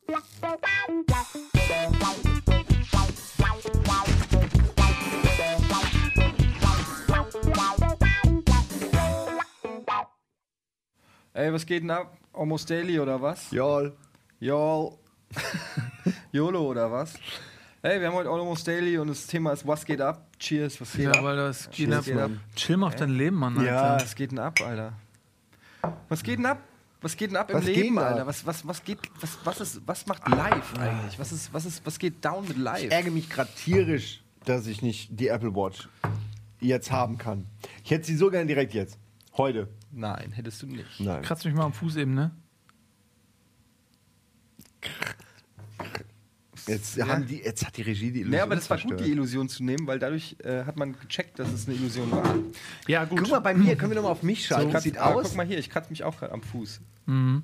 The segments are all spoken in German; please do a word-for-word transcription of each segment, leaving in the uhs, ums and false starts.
Ey, was geht denn ab? Almost Daily oder was? Jol. Jol. YOLO oder was? Hey, wir haben heute Almost Daily und das Thema ist, was geht ab? Cheers, was geht ja, ab? weil das geht Cheers, ab. geht ab. Chill mal auf dein Leben, Mann, Alter. Ja, was geht denn ab, Alter? Was geht denn ab? Was geht denn ab im Was geht Leben, denn Alter? ab? Was, was, was geht, was, was ist, was macht live eigentlich? Was ist, was ist, was geht down mit live? Ich ärgere mich gerade tierisch, dass ich nicht die Apple Watch jetzt haben kann. Ich hätte sie so gerne direkt jetzt. Heute. Nein, hättest du nicht. Nein. Kratzt mich mal am Fuß eben, ne? Jetzt, Ja. haben die, jetzt hat die Regie die Illusion Nee, aber das war gut, zerstört. die Illusion zu nehmen, weil dadurch äh, hat man gecheckt, dass es eine Illusion war. Ja, gut. Guck mal, bei mir, können wir nochmal auf mich schalten. So, Das sieht aber aus. guck mal hier, ich kratze mich auch gerade am Fuß. Mhm.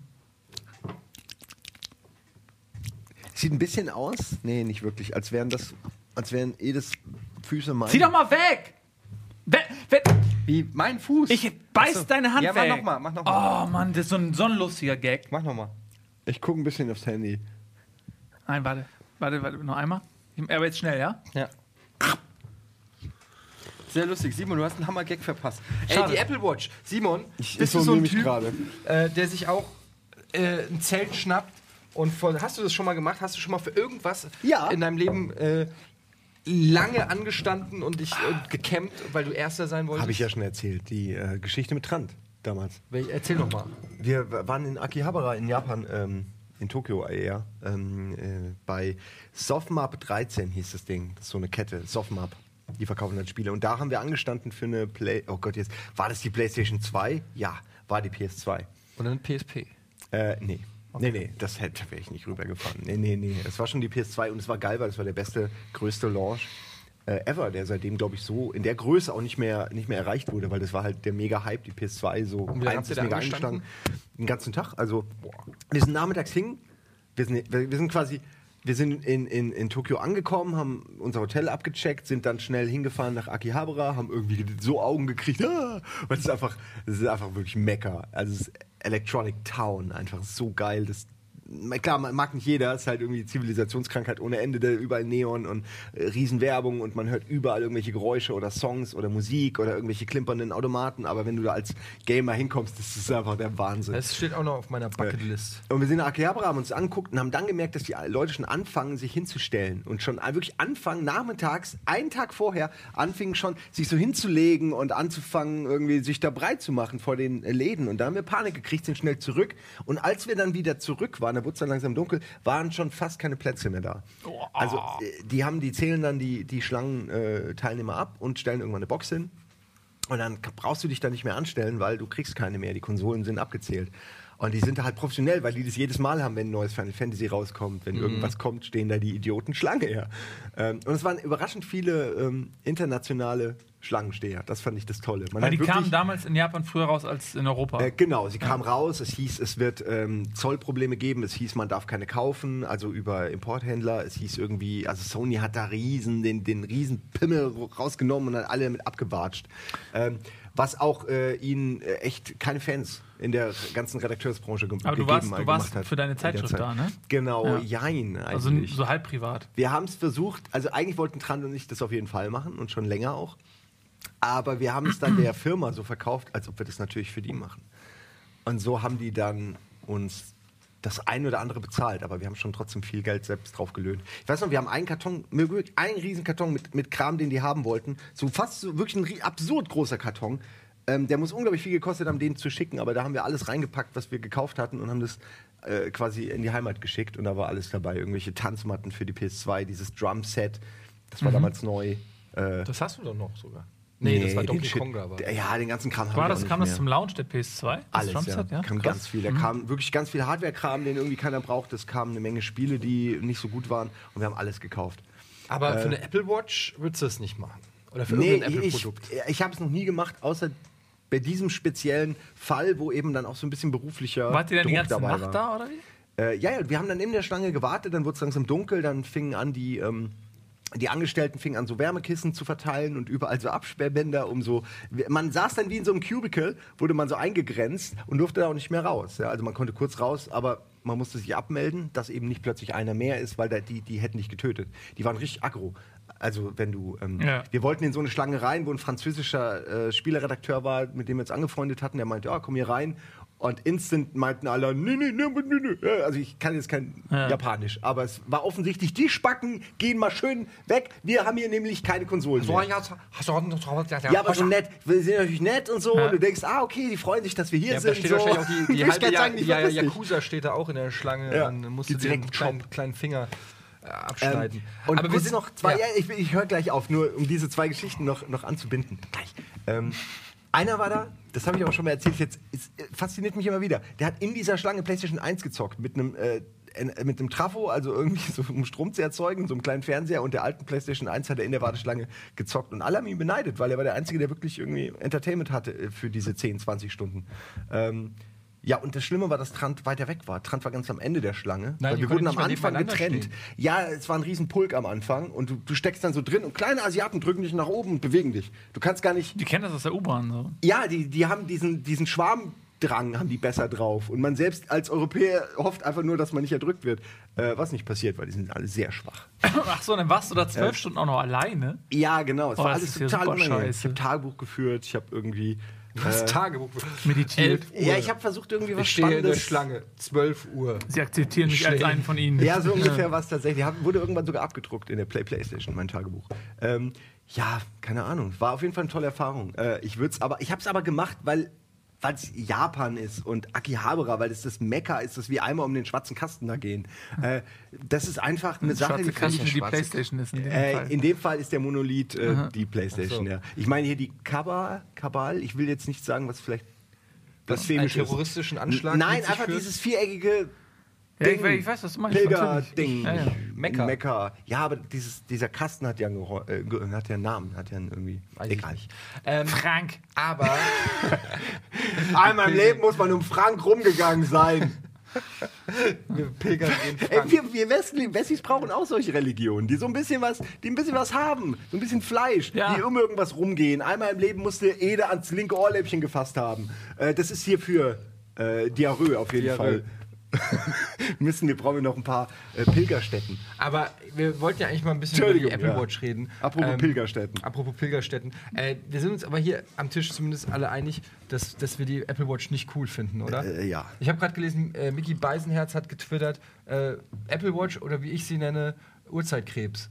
Sieht ein bisschen aus. Nee, nicht wirklich. Als wären das, als wären eh das Füße meine. Zieh doch mal weg! We we Wie, mein Fuß? ich beiß Achso. deine Hand ja, weg. mach nochmal, mach nochmal. Oh, Mann, das ist so ein, so ein lustiger Gag. Mach nochmal. Ich gucke ein bisschen aufs Handy. Nein, warte. Warte, warte, noch einmal. Aber jetzt schnell, ja? Ja. Sehr lustig. Simon, du hast einen Hammer-Gag verpasst. Schade. Ey, die Apple Watch. Simon, Ich bist du so ein informiere mich Typ, gerade. äh, der sich auch äh, ein Zelt schnappt und von, hast du das schon mal gemacht? Hast du schon mal für irgendwas Ja. in deinem Leben äh, lange angestanden und dich äh, gecampt, weil du Erster sein wolltest? Habe ich ja schon erzählt. Die äh, Geschichte mit Trant damals. Wel- Erzähl doch mal. Wir w- waren in Akihabara in Japan, ähm, in Tokio eher, ähm, äh, bei Softmap dreizehn hieß das Ding. Das ist so eine Kette, Softmap. Die verkaufen dann Spiele. Und da haben wir angestanden für eine Play... Oh Gott, jetzt... War das die PlayStation zwei? Ja, war die P S zwei. Und dann P S P. Äh, nee. Nee, nee, das hätte wäre ich nicht rübergefahren. Nee, nee, nee. Es war schon die P S zwei und es war geil, weil es war der beste, größte Launch äh, ever, der seitdem, glaube ich, so in der Größe auch nicht mehr, nicht mehr erreicht wurde, weil das war halt der Mega-Hype, die P S zwei, so Und wie lange eins habt ihr ist da mega angestanden? eingestanden. Den ganzen Tag. Also, wir sind nachmittags hin. Wir sind, wir, wir sind quasi, wir sind in, in, in Tokio angekommen, haben unser Hotel abgecheckt, sind dann schnell hingefahren nach Akihabara, haben irgendwie so Augen gekriegt, ah, weil es ist einfach, es ist einfach wirklich Mekka. Also, es ist Electronic Town, einfach so geil. Das, klar, mag nicht jeder, es ist halt irgendwie Zivilisationskrankheit ohne Ende, da überall Neon und äh, Riesenwerbung und man hört überall irgendwelche Geräusche oder Songs oder Musik oder irgendwelche klimpernden Automaten, aber wenn du da als Gamer hinkommst, das ist einfach der Wahnsinn. Das steht auch noch auf meiner Bucketlist. Und wir sind nach Akihabara, haben uns das angeguckt und haben dann gemerkt, dass die Leute schon anfangen, sich hinzustellen und schon wirklich anfangen, nachmittags, einen Tag vorher, anfingen schon, sich so hinzulegen und anzufangen, irgendwie sich da breit zu machen vor den äh, Läden. Und da haben wir Panik gekriegt, sind schnell zurück. Und als wir dann wieder zurück waren, da wurde es dann langsam dunkel, waren schon fast keine Plätze mehr da. Also äh, die haben, die zählen dann die, die Schlangenteilnehmer ab und stellen irgendwann eine Box hin. Und dann k- brauchst du dich da nicht mehr anstellen, weil du kriegst keine mehr. Die Konsolen sind abgezählt. Und die sind halt professionell, weil die das jedes Mal haben, wenn ein neues Final Fantasy rauskommt. Wenn irgendwas kommt, stehen da die Idioten Schlange her. Ähm, und es waren überraschend viele ähm, internationale Schlangensteher. Das fand ich das Tolle. Man Weil hat die wirklich- kamen damals in Japan früher raus als in Europa. äh, genau, sie kam raus, es hieß, es wird ähm, Zollprobleme geben, es hieß, man darf keine kaufen, also über Importhändler, es hieß irgendwie, also Sony hat da riesen, den, den riesen Pimmel rausgenommen und hat alle mit abgewatscht. Ähm, was auch äh, ihnen äh, echt keine Fans in der ganzen Redakteursbranche ge Aber du gegeben warst- du äh, warst gemacht hat. für deine in der Zeitschrift Zeit. da, ne? Genau, Ja. jein also eigentlich. so halb privat. Wir haben es versucht, also eigentlich wollten Trant und ich das auf jeden Fall machen und schon länger auch. Aber wir haben es dann der Firma so verkauft, als ob wir das natürlich für die machen. Und so haben die dann uns das ein oder andere bezahlt, aber wir haben schon trotzdem viel Geld selbst drauf gelöhnt. Ich weiß noch, wir haben einen Karton, einen riesen Karton mit, mit Kram, den die haben wollten. So fast so wirklich ein ri- absurd großer Karton. Ähm, der muss unglaublich viel gekostet haben, den zu schicken, aber da haben wir alles reingepackt, was wir gekauft hatten und haben das äh, quasi in die Heimat geschickt und da war alles dabei. Irgendwelche Tanzmatten für die P S zwei, dieses Drumset, das war damals neu. Äh, Das hast du doch noch sogar. Nee, das war den Donkey Shit- Konga. Aber. Ja, den ganzen Kram haben War wir das, auch nicht kam das mehr. zum Launch der P S zwei? Das Alles, Drumset, ja. kam Krass. ganz viel. Da kam wirklich ganz viel Hardware-Kram, den irgendwie keiner braucht. Es kamen eine Menge Spiele, die nicht so gut waren und wir haben alles gekauft. Aber für eine Apple Watch würdest du das nicht machen? Oder für Nee, irgendein ich, Apple-Produkt? ich, ich habe es noch nie gemacht, außer bei diesem speziellen Fall, wo eben dann auch so ein bisschen beruflicher Wart ihr dann die Druck ganze dabei Nacht war. da, oder wie? Äh, ja, ja, wir haben dann in der Schlange gewartet, dann wurde es langsam dunkel, dann fingen an die, ähm, die Angestellten fingen an so Wärmekissen zu verteilen und überall so Absperrbänder, um so, man saß dann wie in so einem Cubicle, wurde man so eingegrenzt und durfte da auch nicht mehr raus. Ja? Also man konnte kurz raus, aber man musste sich abmelden, dass eben nicht plötzlich einer mehr ist, weil da die, die hätten dich getötet. Die waren richtig aggro. Also wenn du, ähm, Ja. wir wollten in so eine Schlange rein, wo ein französischer äh, Spieleredakteur war, mit dem wir uns angefreundet hatten, der meinte, ja, komm hier rein. Und instant meinten alle, nee, nee, nee, nee, nee. Also ich kann jetzt kein Ja. Japanisch, aber es war offensichtlich, die Spacken gehen mal schön weg. Wir haben hier nämlich keine Konsolen mehr. Ja, aber so nett. Wir sind natürlich nett und so. Ja. Und du denkst, ah, okay, die freuen sich, dass wir hier Ja, sind. da steht so. wahrscheinlich auch die, die Ich halbe kann ja, sagen, die ja, verpiss dich. Yakuza steht da auch in der Schlange. Ja. Dann musst du Die dir einen direkt kleinen, Chop. kleinen Finger äh, abschneiden. Ähm, und Aber wir kurz sind noch zwei, ja. ja. ich, ich höre gleich auf, nur um diese zwei Geschichten noch, noch anzubinden. Gleich. Ähm, einer war da, das habe ich auch schon mal erzählt, jetzt ist, äh, fasziniert mich immer wieder. Der hat in dieser Schlange PlayStation eins gezockt mit einem äh, äh, mit einem Trafo, also irgendwie so um Strom zu erzeugen, so einem kleinen Fernseher, und der alten PlayStation eins hat er in der Warteschlange gezockt und alle haben ihn beneidet, weil er war der Einzige, der wirklich irgendwie Entertainment hatte äh, für diese zehn, zwanzig Stunden. Ähm, Ja, und das Schlimme war, dass Trant weiter weg war. Trant war ganz am Ende der Schlange. Nein, weil die wir wurden konnten am nicht mal Anfang nebeneinander getrennt. Ja, es war ein riesen Pulk am Anfang und du, du steckst dann so drin und kleine Asiaten drücken dich nach oben und bewegen dich. Du kannst gar nicht... Die kennen das aus der U-Bahn so. Ja, die, die haben diesen, diesen Schwarmdrang haben die besser drauf. Und man selbst als Europäer hofft einfach nur, dass man nicht erdrückt wird. Äh, was nicht passiert, weil die sind alle sehr schwach. Ach so, dann warst du da zwölf Stunden auch noch alleine? Ja, genau. Es Oh, war das alles ist ja total super unangenehm. scheiße. Ich habe Tagebuch geführt, ich habe irgendwie... Du hast äh, Tagebuch. Meditiert. Elf Ja, Uhr. ich habe versucht, irgendwie was Ich stehe in der Spannendes... Schlange. zwölf Uhr. Sie akzeptieren mich als Schnell. einen von ihnen. Ja, so ungefähr war es tatsächlich. Hab, wurde irgendwann sogar abgedruckt in der Play Playstation, mein Tagebuch. Ähm, ja, keine Ahnung. War auf jeden Fall eine tolle Erfahrung. Äh, ich würde es aber, ich habe es aber gemacht, weil es Japan ist und Akihabara, weil es das Mekka ist, dass wir einmal um den schwarzen Kasten da gehen. Äh, das ist einfach eine Sache, Schwarze die finde Kasten, ich die schwarze- Playstation ist in dem äh, Fall. in dem Fall ist der Monolith äh, Aha. die Playstation, Ach so. ja. Ich meine hier die Kabal, Kabal, ich will jetzt nicht sagen, was vielleicht Das einen blasphemisch ist. terroristischen Anschlag Nein, mit sich einfach führt? dieses viereckige ja, ich, weiß- ich weiß, was du meinst. natürlich. Pilger-Ding. Ja, ja. Mekka. Mekka. Ja, aber dieses, dieser Kasten hat ja, einen, Geheu- äh, ge- hat ja einen Namen, hat ja einen irgendwie. Weiß ich Egal. nicht. Ähm, Frank. aber Einmal im Leben muss man um Frank rumgegangen sein. wir pilgern in Ey, Frank. wir, wir Wessi- Wessis brauchen auch solche Religionen, die so ein bisschen was, die ein bisschen was haben, so ein bisschen Fleisch, Ja. die um irgendwas rumgehen. Einmal im Leben musste Ede ans linke Ohrläppchen gefasst haben. Äh, das ist hier für äh, Diarrhoe auf jeden Diarrhoe. Fall. Müssen wir brauchen wir noch ein paar äh, Pilgerstätten. Aber wir wollten ja eigentlich mal ein bisschen über die Entschuldigung, Apple ja. Watch reden. Apropos Pilgerstätten. Apropos Pilgerstätten. Äh, wir sind uns aber hier am Tisch zumindest alle einig, dass, dass wir die Apple Watch nicht cool finden, oder? Äh, ja. Ich habe gerade gelesen, äh, Micky Beisenherz hat getwittert, äh, Apple Watch oder wie ich sie nenne, Uhrzeitkrebs.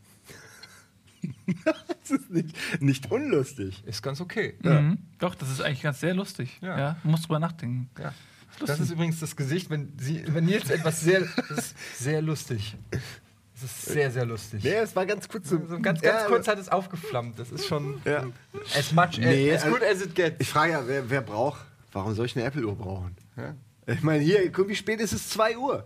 Das ist nicht, nicht unlustig. Ist ganz okay. Mhm. Doch, das ist eigentlich ganz sehr lustig. Ja. Ja. Man muss drüber nachdenken. Ja. Das ist übrigens das Gesicht, wenn, sie, wenn Nils etwas sehr, das ist sehr lustig. Das ist sehr, sehr lustig. Nee, es war ganz kurz so. So ganz, ganz Ja, kurz hat es aufgeflammt. Das ist schon Ja. as much Nee, as, as good as it gets. Ich frage ja, wer, wer braucht, warum soll ich eine Apple-Uhr brauchen? Ja? Ich meine, hier, guck, wie spät ist es? zwei Uhr.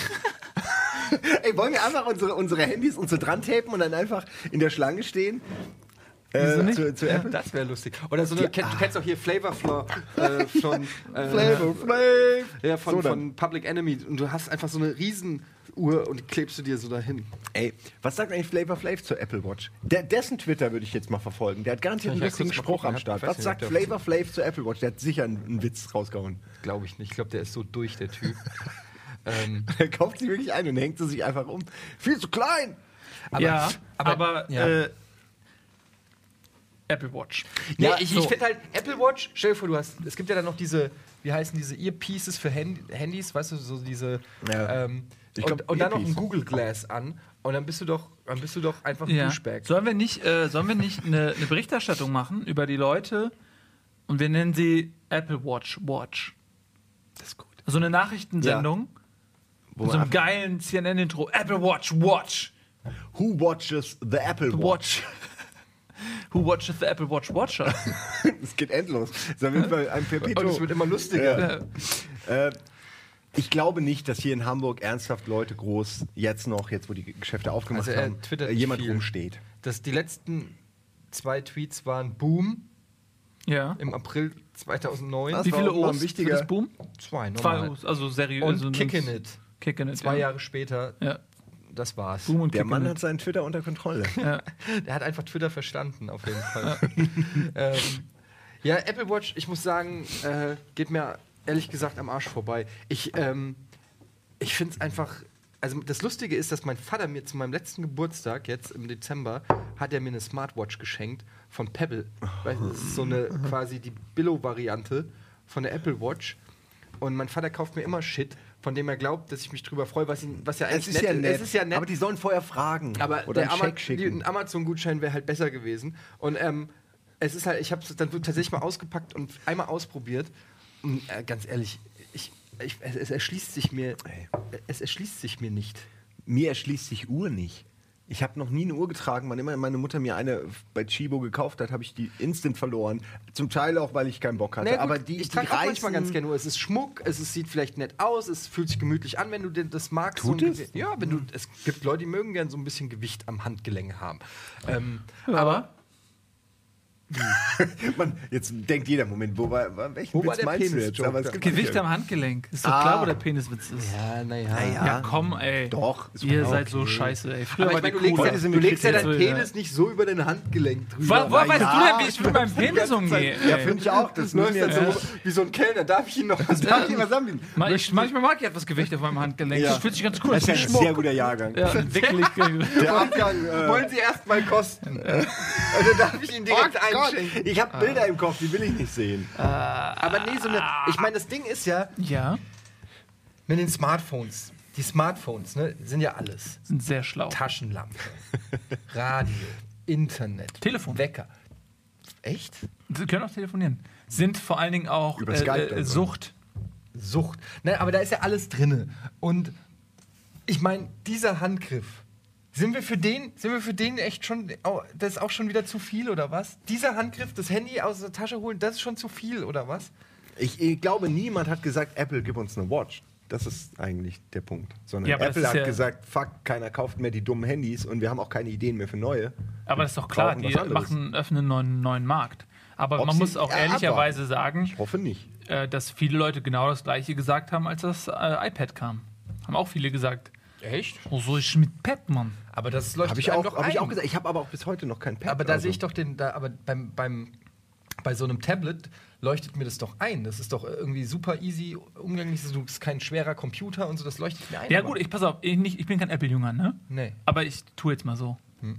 Ey, wollen wir einfach unsere, unsere Handys und so dran tapen und dann einfach in der Schlange stehen? Wieso Äh, nicht? zu, zu Apple? Das wäre lustig. Oder so eine, kenn, du kennst auch hier Flavor Flav äh, von, äh, Flavor Flav. ja, von, So dann. von Public Enemy. Und du hast einfach so eine Riesenuhr und die klebst du dir so dahin. Ey, was sagt eigentlich Flavor Flav zur Apple Watch? Der, dessen Twitter würde ich jetzt mal verfolgen. Der hat garantiert einen Ja, lustigen kurz mal Spruch gucken. am Ich Start. weiß Was nicht, sagt ob der- Flavor Flav zur Apple Watch? Der hat sicher einen, einen Witz rausgehauen. Glaube ich nicht. Ich glaube, der ist so durch, der Typ. ähm, Er kauft sie wirklich ein und hängt sie sich einfach um. Viel zu klein! aber, ja, aber, aber, ja. Äh, Apple Watch. Nee, Ja, ich, so. ich finde halt, Apple Watch, stell dir vor, du hast, es gibt ja dann noch diese, wie heißen diese Earpieces für Hand, Handys, weißt du, so diese, Ja. ähm, Ich und, glaub, und dann noch ein Earpiece. Google Glass an und dann bist du doch, dann bist du doch einfach ein Ja. Douchebag. Sollen wir nicht, äh, sollen wir nicht eine, eine Berichterstattung machen über die Leute und wir nennen sie Apple Watch Watch? Das ist gut. So eine Nachrichtensendung Wo mit so man einem geilen C N N-Intro. Apple Watch Watch. Who watches the Apple Watch? Watch. Who watches the Apple Watch Watcher? Es geht endlos. Das ist auf jeden Fall ein Und Perpetuum. es wird immer lustiger. Ja. Äh, ich glaube nicht, dass hier in Hamburg ernsthaft Leute groß jetzt noch, jetzt wo die Geschäfte aufgemacht Also er haben, twittert äh, nicht jemand viel. rumsteht. Das, die letzten zwei Tweets waren Boom Ja. im April zweitausendneun. Was? Wie viele war auch mal ein O's wichtiger- für das Boom? Zwei, Zwei normal. O's, also seriös. Und also Kickin' It. Kickin' It. Zwei ja. Jahre später, Ja. das war's. Boom und Der Kickin' Mann It. hat seinen Twitter unter Kontrolle. Ja. Der hat einfach Twitter verstanden, auf jeden Fall. ähm, ja, Apple Watch, ich muss sagen, äh, geht mir ehrlich gesagt am Arsch vorbei. Ich, ähm, ich finde es einfach. Also das Lustige ist, dass mein Vater mir zu meinem letzten Geburtstag, jetzt im Dezember, hat er mir eine Smartwatch geschenkt von Pebble. Weil das ist so eine quasi die Billo-Variante von der Apple Watch. Und mein Vater kauft mir immer Shit, von dem er glaubt, dass ich mich drüber freue, was, ihn, was ja eigentlich Es ist ja nett. Es ist ja nett. Aber die sollen vorher fragen. Aber oder der einen Ama- Scheck schicken. die- ein Amazon-Gutschein wäre halt besser gewesen. Und ähm, es ist halt, ich habe es dann tatsächlich mal ausgepackt und einmal ausprobiert. Und äh, ganz ehrlich, ich, ich, es, es erschließt sich mir, es erschließt sich mir nicht. Mir erschließt sich Uhr nicht. Ich habe noch nie eine Uhr getragen. Wann immer meine Mutter mir eine bei Chibo gekauft hat, habe ich die instant verloren. Zum Teil auch, weil ich keinen Bock hatte. Naja, gut, aber die, ich die trage auch reißen, manchmal ganz gerne Uhr. Es ist Schmuck, es ist, sieht vielleicht nett aus, es fühlt sich gemütlich an, wenn du denn das magst. Tut so ein es? Gewi- Ja, wenn du, es gibt Leute, die mögen gern so ein bisschen Gewicht am Handgelenk haben. Ähm, Ja. aber Man, jetzt denkt jeder, Moment, wo war, war welchen Wo war Witz der meinst du Penis jetzt? Joke? Aber es gibt Gewicht ja- am Handgelenk. Ist doch Ah. klar, wo der Peniswitz ist. ja, naja. Naja. Ja, komm, ey. Doch, ist Ihr okay. seid so scheiße, ey. Früher Aber war ich meine, die du legst, cooler. ja, Heute sind du wir legst ja deinen kritisch. Penis nicht so über dein Handgelenk drüber. Wo, woher Na weißt ja. du denn, wie ich mit meinem Penis umgehe? Ja, ey? finde ich auch. Das Das läuft müssen dann wir so wie so ein Kellner. Darf ich ihn noch was Darf ich Ihnen was anbieten? Ma- ich, manchmal mag ich etwas Gewicht auf meinem Handgelenk. Ja. Das fühlt sich ganz cool an. Das ist ein sehr guter Jahrgang. Ja, wirklich. Der Abgang. Äh, Wollen Sie erst mal kosten? Also darf ich ihn direkt oh Gott, einschenken. ich habe Bilder im Kopf, die will ich nicht sehen. Aber nee, so eine. Ich meine, das Ding ist ja, Ja, mit den Smartphones. Die Smartphones, ne, sind ja alles. sind sehr schlau. Taschenlampe, Radio, Internet, Telefon. Wecker. Echt? Sie können auch telefonieren. Sind vor allen Dingen auch Über äh, Skype äh, dann, so. Sucht. Sucht. Ne, aber da ist ja alles drinne. Und ich meine, dieser Handgriff. Sind wir für den, sind wir für den echt schon, oh, das ist auch schon wieder zu viel oder was? Dieser Handgriff, das Handy aus der Tasche holen, das ist schon zu viel oder was? Ich, ich glaube, niemand hat gesagt, Apple, gib uns eine Watch. Das ist eigentlich der Punkt. Sondern Ja, aber das Apple ist hat ja- gesagt, fuck, keiner kauft mehr die dummen Handys und wir haben auch keine Ideen mehr für neue. Aber das ist doch klar, brauchen die was anderes. machen, öffnen einen neuen, neuen Markt. Aber Ob man sie- muss auch ja, ehrlicherweise sagen, Ich hoffe nicht. äh, dass viele Leute genau das Gleiche gesagt haben, als das äh, iPad kam. Haben auch viele gesagt, Echt? wo soll ich mit Pad, Mann? Aber das leuchtet Habe ich, einem auch, doch hab ich ein. auch gesagt. Ich habe aber auch bis heute noch kein Pad. Aber da also. sehe ich doch den, da, aber beim, beim, bei so einem Tablet leuchtet mir das doch ein. Das ist doch irgendwie super easy, umgänglich, das ist kein schwerer Computer und so, das leuchtet mir ein. Ja aber- gut, ich pass auf, ich, nicht, ich bin kein Apple-Jünger, ne? Nee. Aber ich tue jetzt mal so.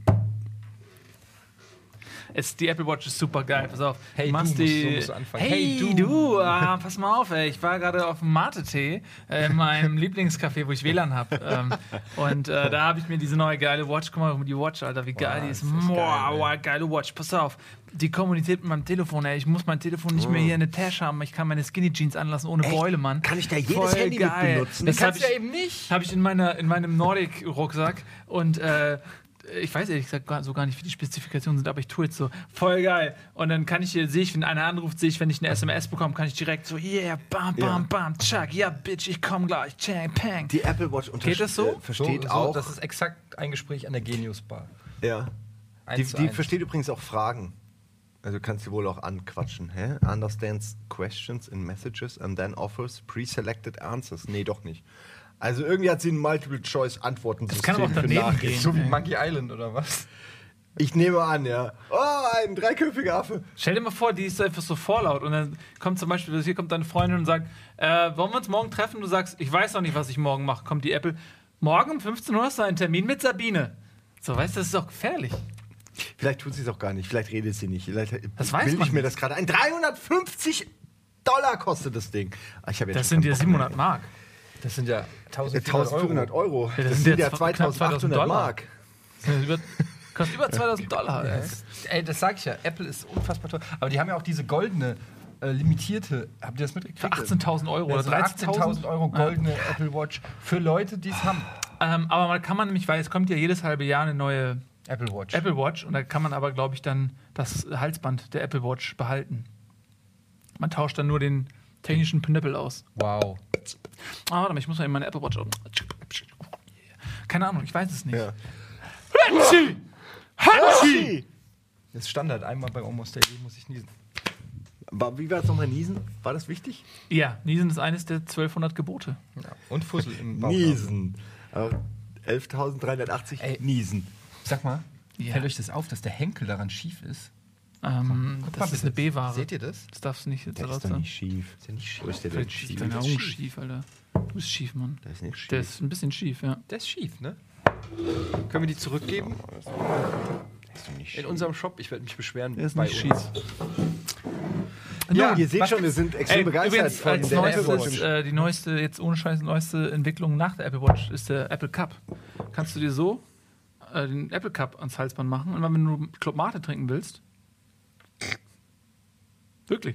Es, die Apple Watch ist super geil, pass auf. Hey, du machst musst- die, so musst du anfangen. Hey, Hey, du, du. ah, pass mal auf, ey. Ich war gerade auf dem Mate-Tee, äh, in meinem Lieblingscafé, wo ich W L A N habe. Ähm, und äh, da habe ich mir diese neue geile Watch, guck mal, die Watch, Alter, wie geil die ist. Boah, wow, geile Watch, pass auf. Die kommuniziert mit meinem Telefon, ey. Ich muss mein Telefon nicht mehr hier in der Tasche haben. Ich kann meine Skinny Jeans anlassen ohne Echt? Beule, Mann. Kann ich da jedes Voll Handy mit geil. benutzen? Das habe Kannst ich, du ja eben nicht. hab ich in, meiner, in meinem Nordic-Rucksack und äh, ich weiß ehrlich gesagt gar, so gar nicht, wie die Spezifikationen sind, aber ich tue jetzt so, voll geil. Und dann kann ich hier, sehe ich, wenn einer anruft, sehe ich, wenn ich eine S M S bekomme, kann ich direkt so, yeah, bam, bam, Ja. bam, chuck, ja, bitch, ich komm gleich, chang, pang. Die Apple Watch untersch- Geht das so? äh, versteht so, so, auch. Das ist exakt ein Gespräch an der Genius Bar. ja. Die, Eins zu die eins. versteht übrigens auch Fragen. Also du kannst sie wohl auch anquatschen. Hä? Understands questions in messages and then offers pre-selected answers. Nee, doch nicht. Also irgendwie hat sie ein Multiple-Choice-Antworten-System kann aber auch für daneben Nachrichten. gehen. So wie Monkey Island oder was? Ich nehme an, ja. Oh, ein dreiköpfiger Affe. Stell dir mal vor, die ist einfach so vorlaut und dann kommt zum Beispiel, hier kommt deine Freundin und sagt, äh, wollen wir uns morgen treffen? Du sagst, ich weiß noch nicht, was ich morgen mache. Kommt die Apple, morgen um fünfzehn Uhr hast du einen Termin mit Sabine. So, weißt du, das ist doch gefährlich. Vielleicht tut sie es auch gar nicht. Vielleicht redet sie nicht. Vielleicht Das weiß will man ich mir nicht. das gerade ein. dreihundertfünfzig Dollar kostet das Ding. Ah, ich hab jetzt Das schon sind ja keinen Bock siebenhundert mehr. Mark. Das sind ja Äh, eintausendvierhundert eintausendvierhundert Euro. Ja, das, das sind sind ja ja knapp zweitausendachthundert Dollar. Mark. Das sind über, kostet über zweitausend Dollar. Ey. Ey, das sag ich ja. Apple ist unfassbar teuer. Aber die haben ja auch diese goldene, äh, limitierte. Habt ihr das mitgekriegt? Für achtzehntausend Euro Ja, oder so dreizehntausend achtzehntausend Euro goldene Apple Watch für Leute, die es haben. Ähm, aber man kann man nämlich, weil es kommt ja jedes halbe Jahr eine neue Apple Watch. Apple Watch und da kann man aber, glaube ich, dann das Halsband der Apple Watch behalten. Man tauscht dann nur den technischen Pnippel aus. Wow. Ah, warte mal, ich muss mal in meine Apple Watch. Keine Ahnung, ich weiß es nicht. Ja. Hatschi! Hatschi! Das ist Standard. Einmal bei Almost Daily muss ich niesen. War, wie war es nochmal Niesen? War das wichtig? Ja, Niesen ist eines der zwölfhundert Gebote. Ja. Und Fussel im Bauch. Niesen. elftausenddreihundertachtzig Ey. Niesen. Sag mal, Ja. fällt euch das auf, dass der Henkel daran schief ist? Ähm, Guck das mal ist bitte. eine B-Ware. Seht ihr das? Das darfst du nicht jetzt Der ist raus doch sagen. nicht schief. Ist ja nicht schief. Wo ist der Fällt denn schief, schief? deine ist Augen schief. schief, Alter. Du bist schief, Mann. Der ist nicht schief. Der ist ein bisschen schief, ja. Der ist schief, ne? Können wir die zurückgeben? Der ist doch nicht In schief. unserem Shop, ich werde mich beschweren. Der ist bei nicht uns. schief. Ja, Nun, ihr seht was schon, wir gibt's- sind extrem Ey, begeistert übrigens, von als der Apple neuestes, Watch. äh, die neueste, jetzt ohne Scheiß, neueste Entwicklung nach der Apple Watch ist der Apple Cup. Kannst du dir so äh, den Apple Cup ans Halsband machen und dann, wenn du Club Mate trinken willst. Wirklich.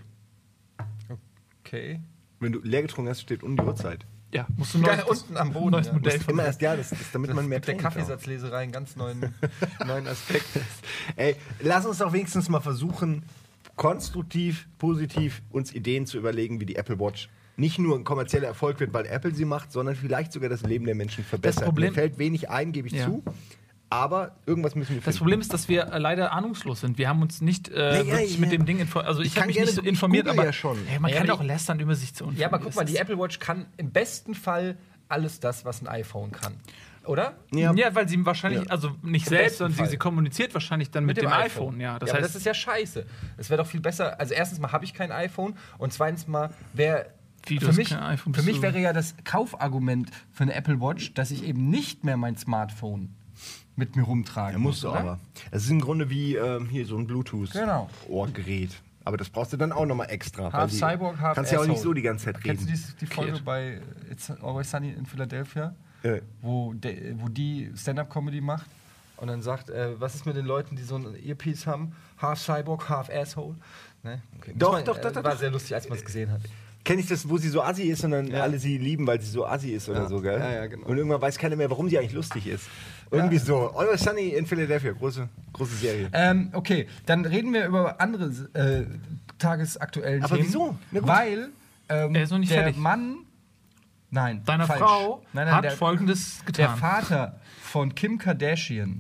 Okay. Wenn du leer getrunken hast, steht unten die Uhrzeit. Ja, musst du ein Ja, neues, unten am Boden, neues ja. Modell Immer von erst, ja, das ist, damit man mehr Mit der trinken kann. Kaffeesatzleserei einen ganz neuen, neuen Aspekt. Ey, lass uns doch wenigstens mal versuchen, konstruktiv, positiv uns Ideen zu überlegen, wie die Apple Watch nicht nur ein kommerzieller Erfolg wird, weil Apple sie macht, sondern vielleicht sogar das Leben der Menschen verbessert. Problem- Mir fällt wenig ein, gebe ich Ja. zu. Aber irgendwas müssen wir Das finden. Problem ist, dass wir äh, leider ahnungslos sind. Wir haben uns nicht äh, Ja, ja, wirklich ja. mit dem Ding informiert. Also ich, Ich habe kann mich gerne- nicht so ich informiert, google aber ja schon. Hey, man Ja, kann aber auch die- lästern, über sich zu informieren. Ja, aber guck mal, Das die ist- Apple Watch kann im besten Fall alles das, was ein iPhone kann. Oder? Ja. Ja, weil sie wahrscheinlich, Ja. also nicht Im selbst, besten sondern sie, Fall. sie kommuniziert wahrscheinlich dann mit, dem, iPhone. Ja, das ja, aber heißt, das ist ja scheiße. Es wäre doch viel besser. Also erstens mal habe ich kein iPhone und zweitens mal wäre Wie, du für hast mich, kein iPhone, für bist mich du- wäre ja das Kaufargument für eine Apple Watch, dass ich eben nicht mehr mein Smartphone mit mir rumtragen Ja, musst du oder? aber. Es ist im Grunde wie ähm, hier so ein Genau. Bluetooth-Ohrgerät. Aber das brauchst du dann auch nochmal extra. Half weil die- Cyborg, half Kannst ja auch nicht Asshole. so die ganze Zeit Kennst du reden. die, die Folge Kreiert. bei It's Always Sunny in Philadelphia? Äh, wo, de, wo die Stand-Up-Comedy macht und dann sagt, äh, was ist mit den Leuten, die so ein Earpiece haben? Half Cyborg, half Asshole. Ne? Okay. Muss Doch, man, doch, äh, doch, doch, War doch. sehr lustig, als man es gesehen hat. Kenn ich das, wo sie so assi ist und dann Ja. alle sie lieben, weil sie so assi ist oder Ja. so, gell? Ja, ja, genau. Und irgendwann weiß keiner mehr, warum sie eigentlich lustig ist. Irgendwie Ja. so. Always Sunny in Philadelphia, große, große Serie. Ähm, okay, dann reden wir über andere äh, tagesaktuellen Aber Themen. wieso? Na gut. Weil ähm, Er ist noch nicht der fertig. Mann, nein, Deine falsch. Frau nein, nein, hat der, Folgendes der getan. Vater von Kim Kardashian,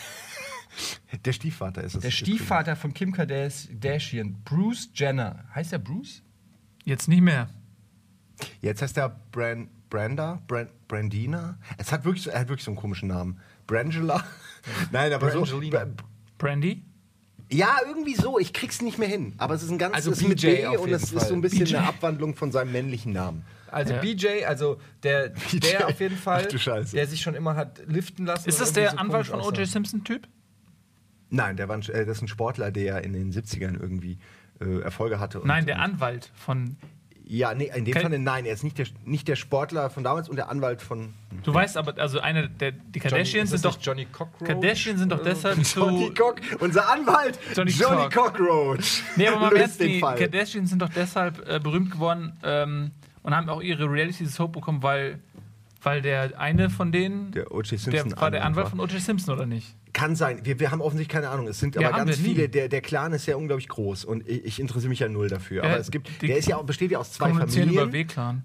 Der Stiefvater ist es. der Stiefvater von Kim Kardashian, Bruce Jenner, heißt er Bruce? Jetzt nicht mehr. Jetzt heißt er Brand, Branda, Brand, Brandina. Es hat wirklich, so- er hat wirklich so einen komischen Namen. Brangela? Nein, aber so. Brangelina. Bra- Brandy? Ja, irgendwie so. Ich krieg's nicht mehr hin. Aber es ist ein ganz Also es ist mit B J B auf und jeden es ist Fall. so ein bisschen B J. eine Abwandlung von seinem männlichen Namen. Also Ja. B J, also der, der auf jeden Fall, Ach du Scheiße. der sich schon immer hat liften lassen. Ist und das irgendwie der so Anwalt komisch von O J aussah. Simpson-Typ? Nein, der war ein, äh, das ist ein Sportler, der in den siebzigern irgendwie äh, Erfolge hatte. Und, Nein, der und, Anwalt von. Ja, nee, in dem Kein- Fall nein, er ist nicht der, nicht der Sportler von damals und der Anwalt von. Du weißt aber, also eine der die Kardashians ist das sind doch nicht Johnny Cockroach? Kardashians sind doch deshalb Johnny zu. Cock, unser Anwalt, Johnny Johnny, Cock. Cockroach. Nee, aber mal im Löst Ernst, den die Fall. Kardashians sind doch deshalb äh, berühmt geworden ähm, und haben auch ihre Reality-Soap bekommen, weil, weil der eine von denen, Der O J Simpson. der war der Anwalt war. von O J Simpson, oder nicht? Kann sein. Wir, wir haben offensichtlich keine Ahnung. Es sind Ja, aber haben ganz wir nie. viele. Der, der Clan ist ja unglaublich groß und ich, ich interessiere mich ja null dafür. Ja, aber es gibt, die- der ist ja auch, besteht ja aus zwei Kommunizieren über Familien. W-Clan.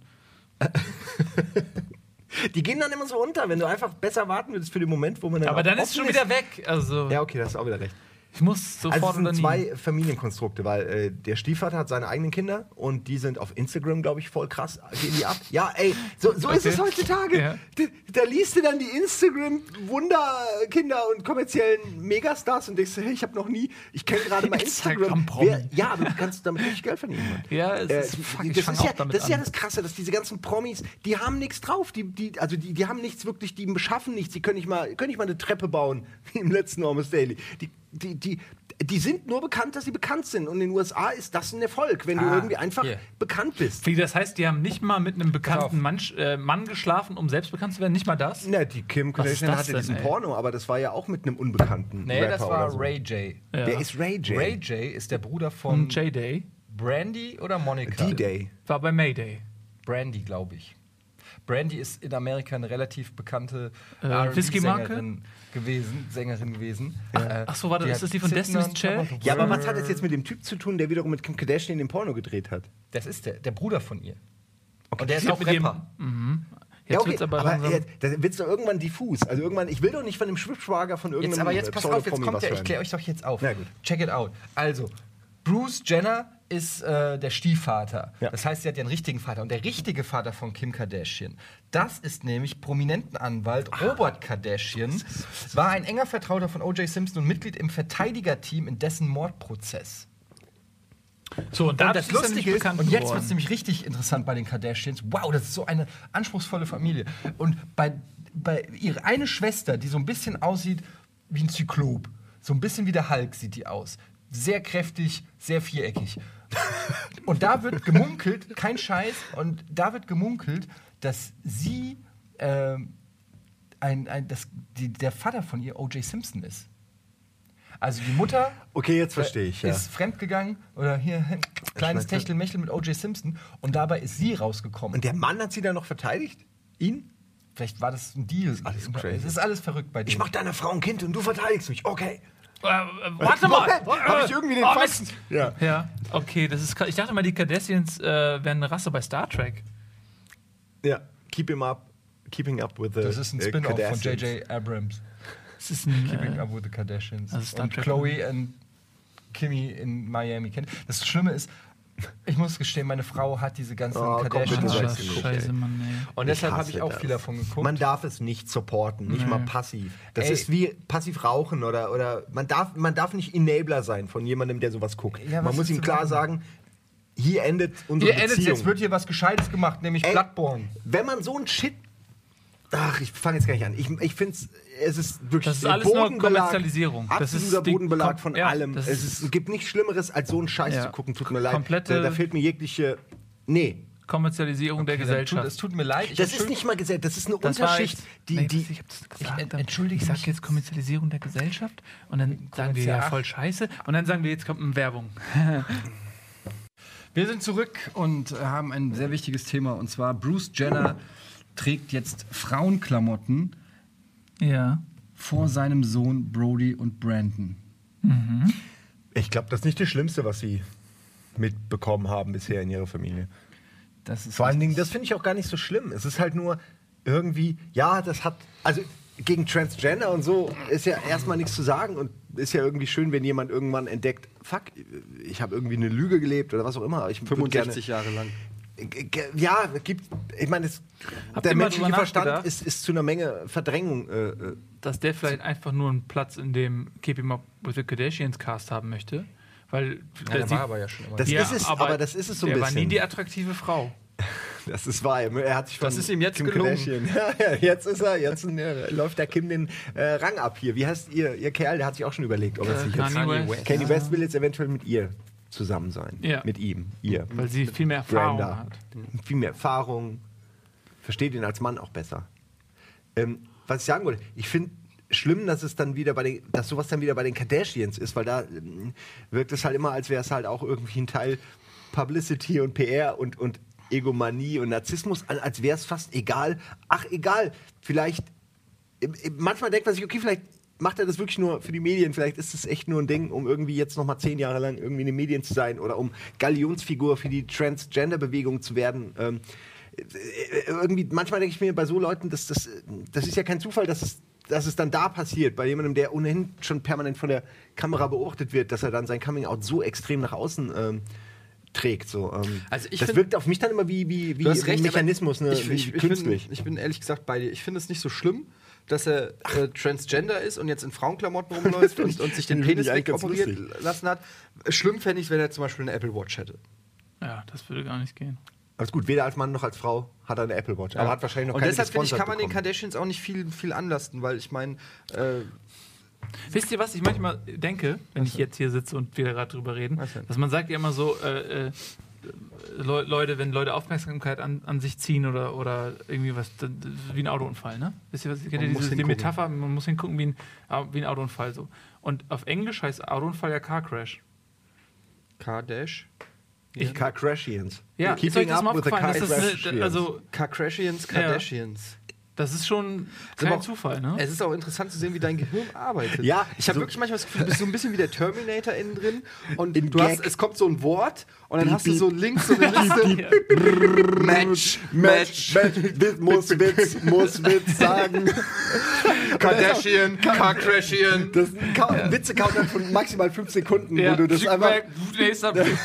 Die gehen dann immer so unter, wenn du einfach besser warten würdest für den Moment, wo man dann. Aber auch dann ist offen es schon wieder weg. Also, Ja, okay, das ist auch wieder recht. ich muss Also sofort es sind oder nie. zwei Familienkonstrukte, weil äh, der Stiefvater hat seine eigenen Kinder und die sind auf Instagram, glaube ich, voll krass, gehen die ab. Ja, ey, so, so ist Okay. es heutzutage. Ja. Da, da liest du dann die Instagram-Wunderkinder und kommerziellen Megastars und denkst, hey, ich habe noch nie, ich kenne gerade mal Instagram. Instagram-Promi. Wer- Ja, aber du kannst damit richtig Geld verdienen. Mann. Ja, es Äh, ist, die- fuck, die- ich das fang ist, ja, auch damit das ist ja an. das Krasse, dass diese ganzen Promis, die haben nichts drauf. Die, die, also die, die haben nichts wirklich, die beschaffen nichts. Die können nicht mal, können nicht mal eine Treppe bauen, wie im letzten Almost Daily. Die, die, die, die sind nur bekannt, dass sie bekannt sind. Und in den U S A ist das ein Erfolg, wenn du Ah, irgendwie einfach hier. bekannt bist. Wie, das heißt, die haben nicht mal mit einem auf. bekannten Mann, äh, Mann geschlafen, um selbst bekannt zu werden? Nicht mal das? Na, die Kim Was ist Kardashian das hatte denn, diesen ey? Porno, aber das war ja auch mit einem unbekannten Nee, Rapper das oder war so. Ray J. Ja. Der ist Ray J. Ray J ist der Bruder Und von J-Day Brandy oder Monica? D-Day. war bei Mayday. Brandy, glaube ich. Brandy ist in Amerika eine relativ bekannte Äh, R und Whisky-Marke? B-Sängerin gewesen, Sängerin gewesen. Äh, Ach so, warte, die ist hat das die von Sitting Destiny's on Child? top of the Ja, aber was world. hat das jetzt mit dem Typ zu tun, der wiederum mit Kim Kardashian den Porno gedreht hat? Das ist der, der Bruder von ihr. Und der ist Ich auch glaub, mit dem- Rapper. Jetzt ja, okay, wird's aber, aber langsam. jetzt, da wird's doch irgendwann diffus. Also irgendwann, ich will doch nicht von dem Schwibschwager von irgendeinem Jetzt, aber jetzt pass auf, jetzt Pseudo-Promi kommt was der, ich hören. kläre euch doch jetzt auf. Na gut. Check it out. Also, Bruce Jenner ist äh, der Stiefvater. Ja. Das heißt, sie hat ja einen richtigen Vater. Und der richtige Vater von Kim Kardashian, das ist nämlich Prominentenanwalt Robert Kardashian, war ein enger Vertrauter von O J Simpson und Mitglied im Verteidigerteam in dessen Mordprozess. So, und, da Und das ist er nämlich Lustige ist, bekannt und jetzt wird geworden. es nämlich richtig interessant bei den Kardashians. Wow, das ist so eine anspruchsvolle Familie. Und bei, bei ihre eine Schwester, die so ein bisschen aussieht wie ein Zyklop, so ein bisschen wie der Hulk sieht die aus. Sehr kräftig, sehr viereckig. Und da wird gemunkelt, kein Scheiß, und da wird gemunkelt, dass sie ähm, ein, ein, das, die, der Vater von ihr O J Simpson ist. Also die Mutter Okay, jetzt verstehe ich. Ja. ist fremdgegangen oder hier kleines schmeckt- Techtelmechtel mit O J Simpson und dabei ist sie rausgekommen. Und der Mann hat sie dann noch verteidigt? Ihn? Vielleicht war das ein Deal. Das alles crazy. Es ist alles verrückt bei dir. Ich mach deiner Frau ein Kind und du verteidigst mich. Okay. Äh, äh, warte mal! Hab ich irgendwie den Oh, falschen... Mist. Ja. Ja, okay, das ist krass. Ich dachte mal, die Kardashians äh, wären eine Rasse bei Star Trek. ja. Keep him up. Keeping up with the Das ist ein äh, Spin-off von Kardashians. J J Abrams. Das ist ein. Keeping Äh, Up with the Kardashians. also Star und Trek. Chloe und Kimmy in Miami. Kennt- Das Schlimme ist, ich muss gestehen, meine Frau hat diese ganzen Oh, komm, bitte Kardashians. oh, sag's das dir nicht, Scheiße, ey. Mann, ey. Und deshalb Ich habe ich hasse auch das. viel davon geguckt. Man darf es nicht supporten, nicht Nee. mal passiv. Das Ey. ist wie passiv rauchen oder, oder man, darf, man darf nicht Enabler sein von jemandem, der sowas guckt. Ja, was man muss ist ihm zu klar machen? sagen, hier endet unsere Hier endet Beziehung. jetzt, wird hier was Gescheites gemacht, nämlich Ey, Bloodborne. Wenn man so ein Shit... Ach, ich fange jetzt gar nicht an. Ich, ich finde es ist wirklich Das ist alles nur Bodenbelag, Kommerzialisierung. Das Absoluter ist die Bodenbelag Kom- von ja, allem. das Es, ist- ist, es gibt nichts Schlimmeres, als so einen Scheiß Ja. zu gucken. Tut mir leid. Komplette- da, da fehlt mir jegliche... Nee. Kommerzialisierung der Tut, Gesellschaft. es tut mir leid. Ich Das ist entschuldige- nicht mal gesagt, das ist eine Das war Unterschicht, jetzt- die... nee, die das- ich hab das gesagt. Ich entschuldige Ich sag mich. jetzt Kommerzialisierung der Gesellschaft und dann sagen wir ja Kommerzial- voll scheiße und dann sagen wir, jetzt kommt eine Werbung. Wir sind zurück und äh, haben ein sehr wichtiges Thema. Und zwar Bruce Jenner trägt jetzt Frauenklamotten Ja. vor seinem Sohn Brody und Brandon. Ich glaube, das ist nicht das Schlimmste, was sie mitbekommen haben bisher in ihrer Familie. Das ist Vor allen Dingen, das finde ich auch gar nicht so schlimm. Es ist halt nur irgendwie, ja, das hat, also gegen Transgender und so ist ja erstmal nichts zu sagen und ist ja irgendwie schön, wenn jemand irgendwann entdeckt, fuck, ich habe irgendwie eine Lüge gelebt oder was auch immer. Ich würd fünfundsechzig Jahre lang. Gerne, ja, gibt, ich meine, es- Habt der ihr mal menschliche drüber Verstand nachgedacht? ist, ist zu einer Menge Verdrängung. Äh, äh, Dass der vielleicht einfach nur einen Platz in dem Keep Him Up with the Kardashians Cast haben möchte. Weil Ja, der sie- war aber ja schon immer. Das ist es, aber das ist es so ein der war bisschen. nie die attraktive Frau. Das ist wahr. Er hat sich von Das ist ihm jetzt Kim gelungen. Kardashian. Ja, jetzt ist er, jetzt äh, läuft der Kim den äh, Rang ab hier. Wie heißt ihr, ihr Kerl? Der hat sich auch schon überlegt, ob er Äh, sich jetzt. Kanye West. Kanye Ja. West will jetzt eventuell mit ihr zusammen sein. Ja. Mit ihm, ihr. Weil sie viel mehr Erfahrung Brenda. hat. Viel mehr Erfahrung. Versteht ihn als Mann auch besser. Ähm, was ich sagen wollte, ich finde schlimm, dass es dann wieder bei den, dass sowas dann wieder bei den Kardashians ist, weil da ähm, wirkt es halt immer, als wäre es halt auch irgendwie ein Teil Publicity und P R und, und Egomanie und Narzissmus, als- als wäre es fast egal. Ach, egal, vielleicht, äh, äh, manchmal denkt man sich, okay, vielleicht macht er das wirklich nur für die Medien, vielleicht ist es echt nur ein Ding, um irgendwie jetzt nochmal zehn Jahre lang irgendwie in den Medien zu sein oder um Galionsfigur für die Transgender-Bewegung zu werden. Ähm, äh, irgendwie, manchmal denke ich mir bei so Leuten, dass das, das ist ja kein Zufall, dass es, dass es dann da passiert, bei jemandem, der ohnehin schon permanent von der Kamera beobachtet wird, dass er dann sein Coming-out so extrem nach außen ähm, trägt. So, ähm, Also ich das find- wirkt auf mich dann immer wie, wie, wie Du hast ein recht, aber Mechanismus, ne, ich, wie ich, ich, künstlich. bin, ich bin ehrlich gesagt bei dir. Ich finde es nicht so schlimm, dass er äh, Transgender ist und jetzt in Frauenklamotten rumläuft und, und sich den Finde ich Penis eigentlich ganz wegoperiert lustig. lassen hat. Schlimm fände ich, wenn er zum Beispiel eine Apple Watch hätte. Ja, das würde gar nicht gehen. Alles gut, weder als Mann noch als Frau hat er eine Apple Watch. Aber hat wahrscheinlich noch und keine deshalb finde ich, gesponsert kann man den bekommen. Kardashians auch nicht viel, viel anlasten, weil ich meine, äh, Wisst ihr, was ich manchmal denke, wenn ich jetzt hier sitze und wir gerade drüber reden? Was denn? Dass man sagt ja immer so, äh, äh, Le Leute, wenn Leute Aufmerksamkeit an, an sich ziehen oder, oder irgendwie was, das ist wie ein Autounfall, ne? Wisst ihr, was kennt ihr Man muss diese, die hingucken. Metapher, man muss hingucken wie ein, wie ein Autounfall so. Und auf Englisch heißt Autounfall ja Car Crash. Kardash. Ich Kardashians. Ja, ist euch Keeping das mal up with the aufgefallen? Das ist eine, Kardashians. also, Kardashians, Kardashians. das ist schon aber kein auch- Zufall, ne? Es ist auch interessant zu sehen, wie dein Gehirn arbeitet. Ja, ich habe so- wirklich manchmal das Gefühl, du bist so ein bisschen wie der Terminator innen drin und Im du hast, Gag. es kommt so ein Wort und dann Piep, hast du piep. so links so eine Liste. Match, Match, Match, muss Witz, muss Witz sagen. Kardashian, Kardashian. Das ist ein Ka- Witze-Count von maximal fünf Sekunden, Ja, wo du das einfach... Schickwerk, nächster Blick.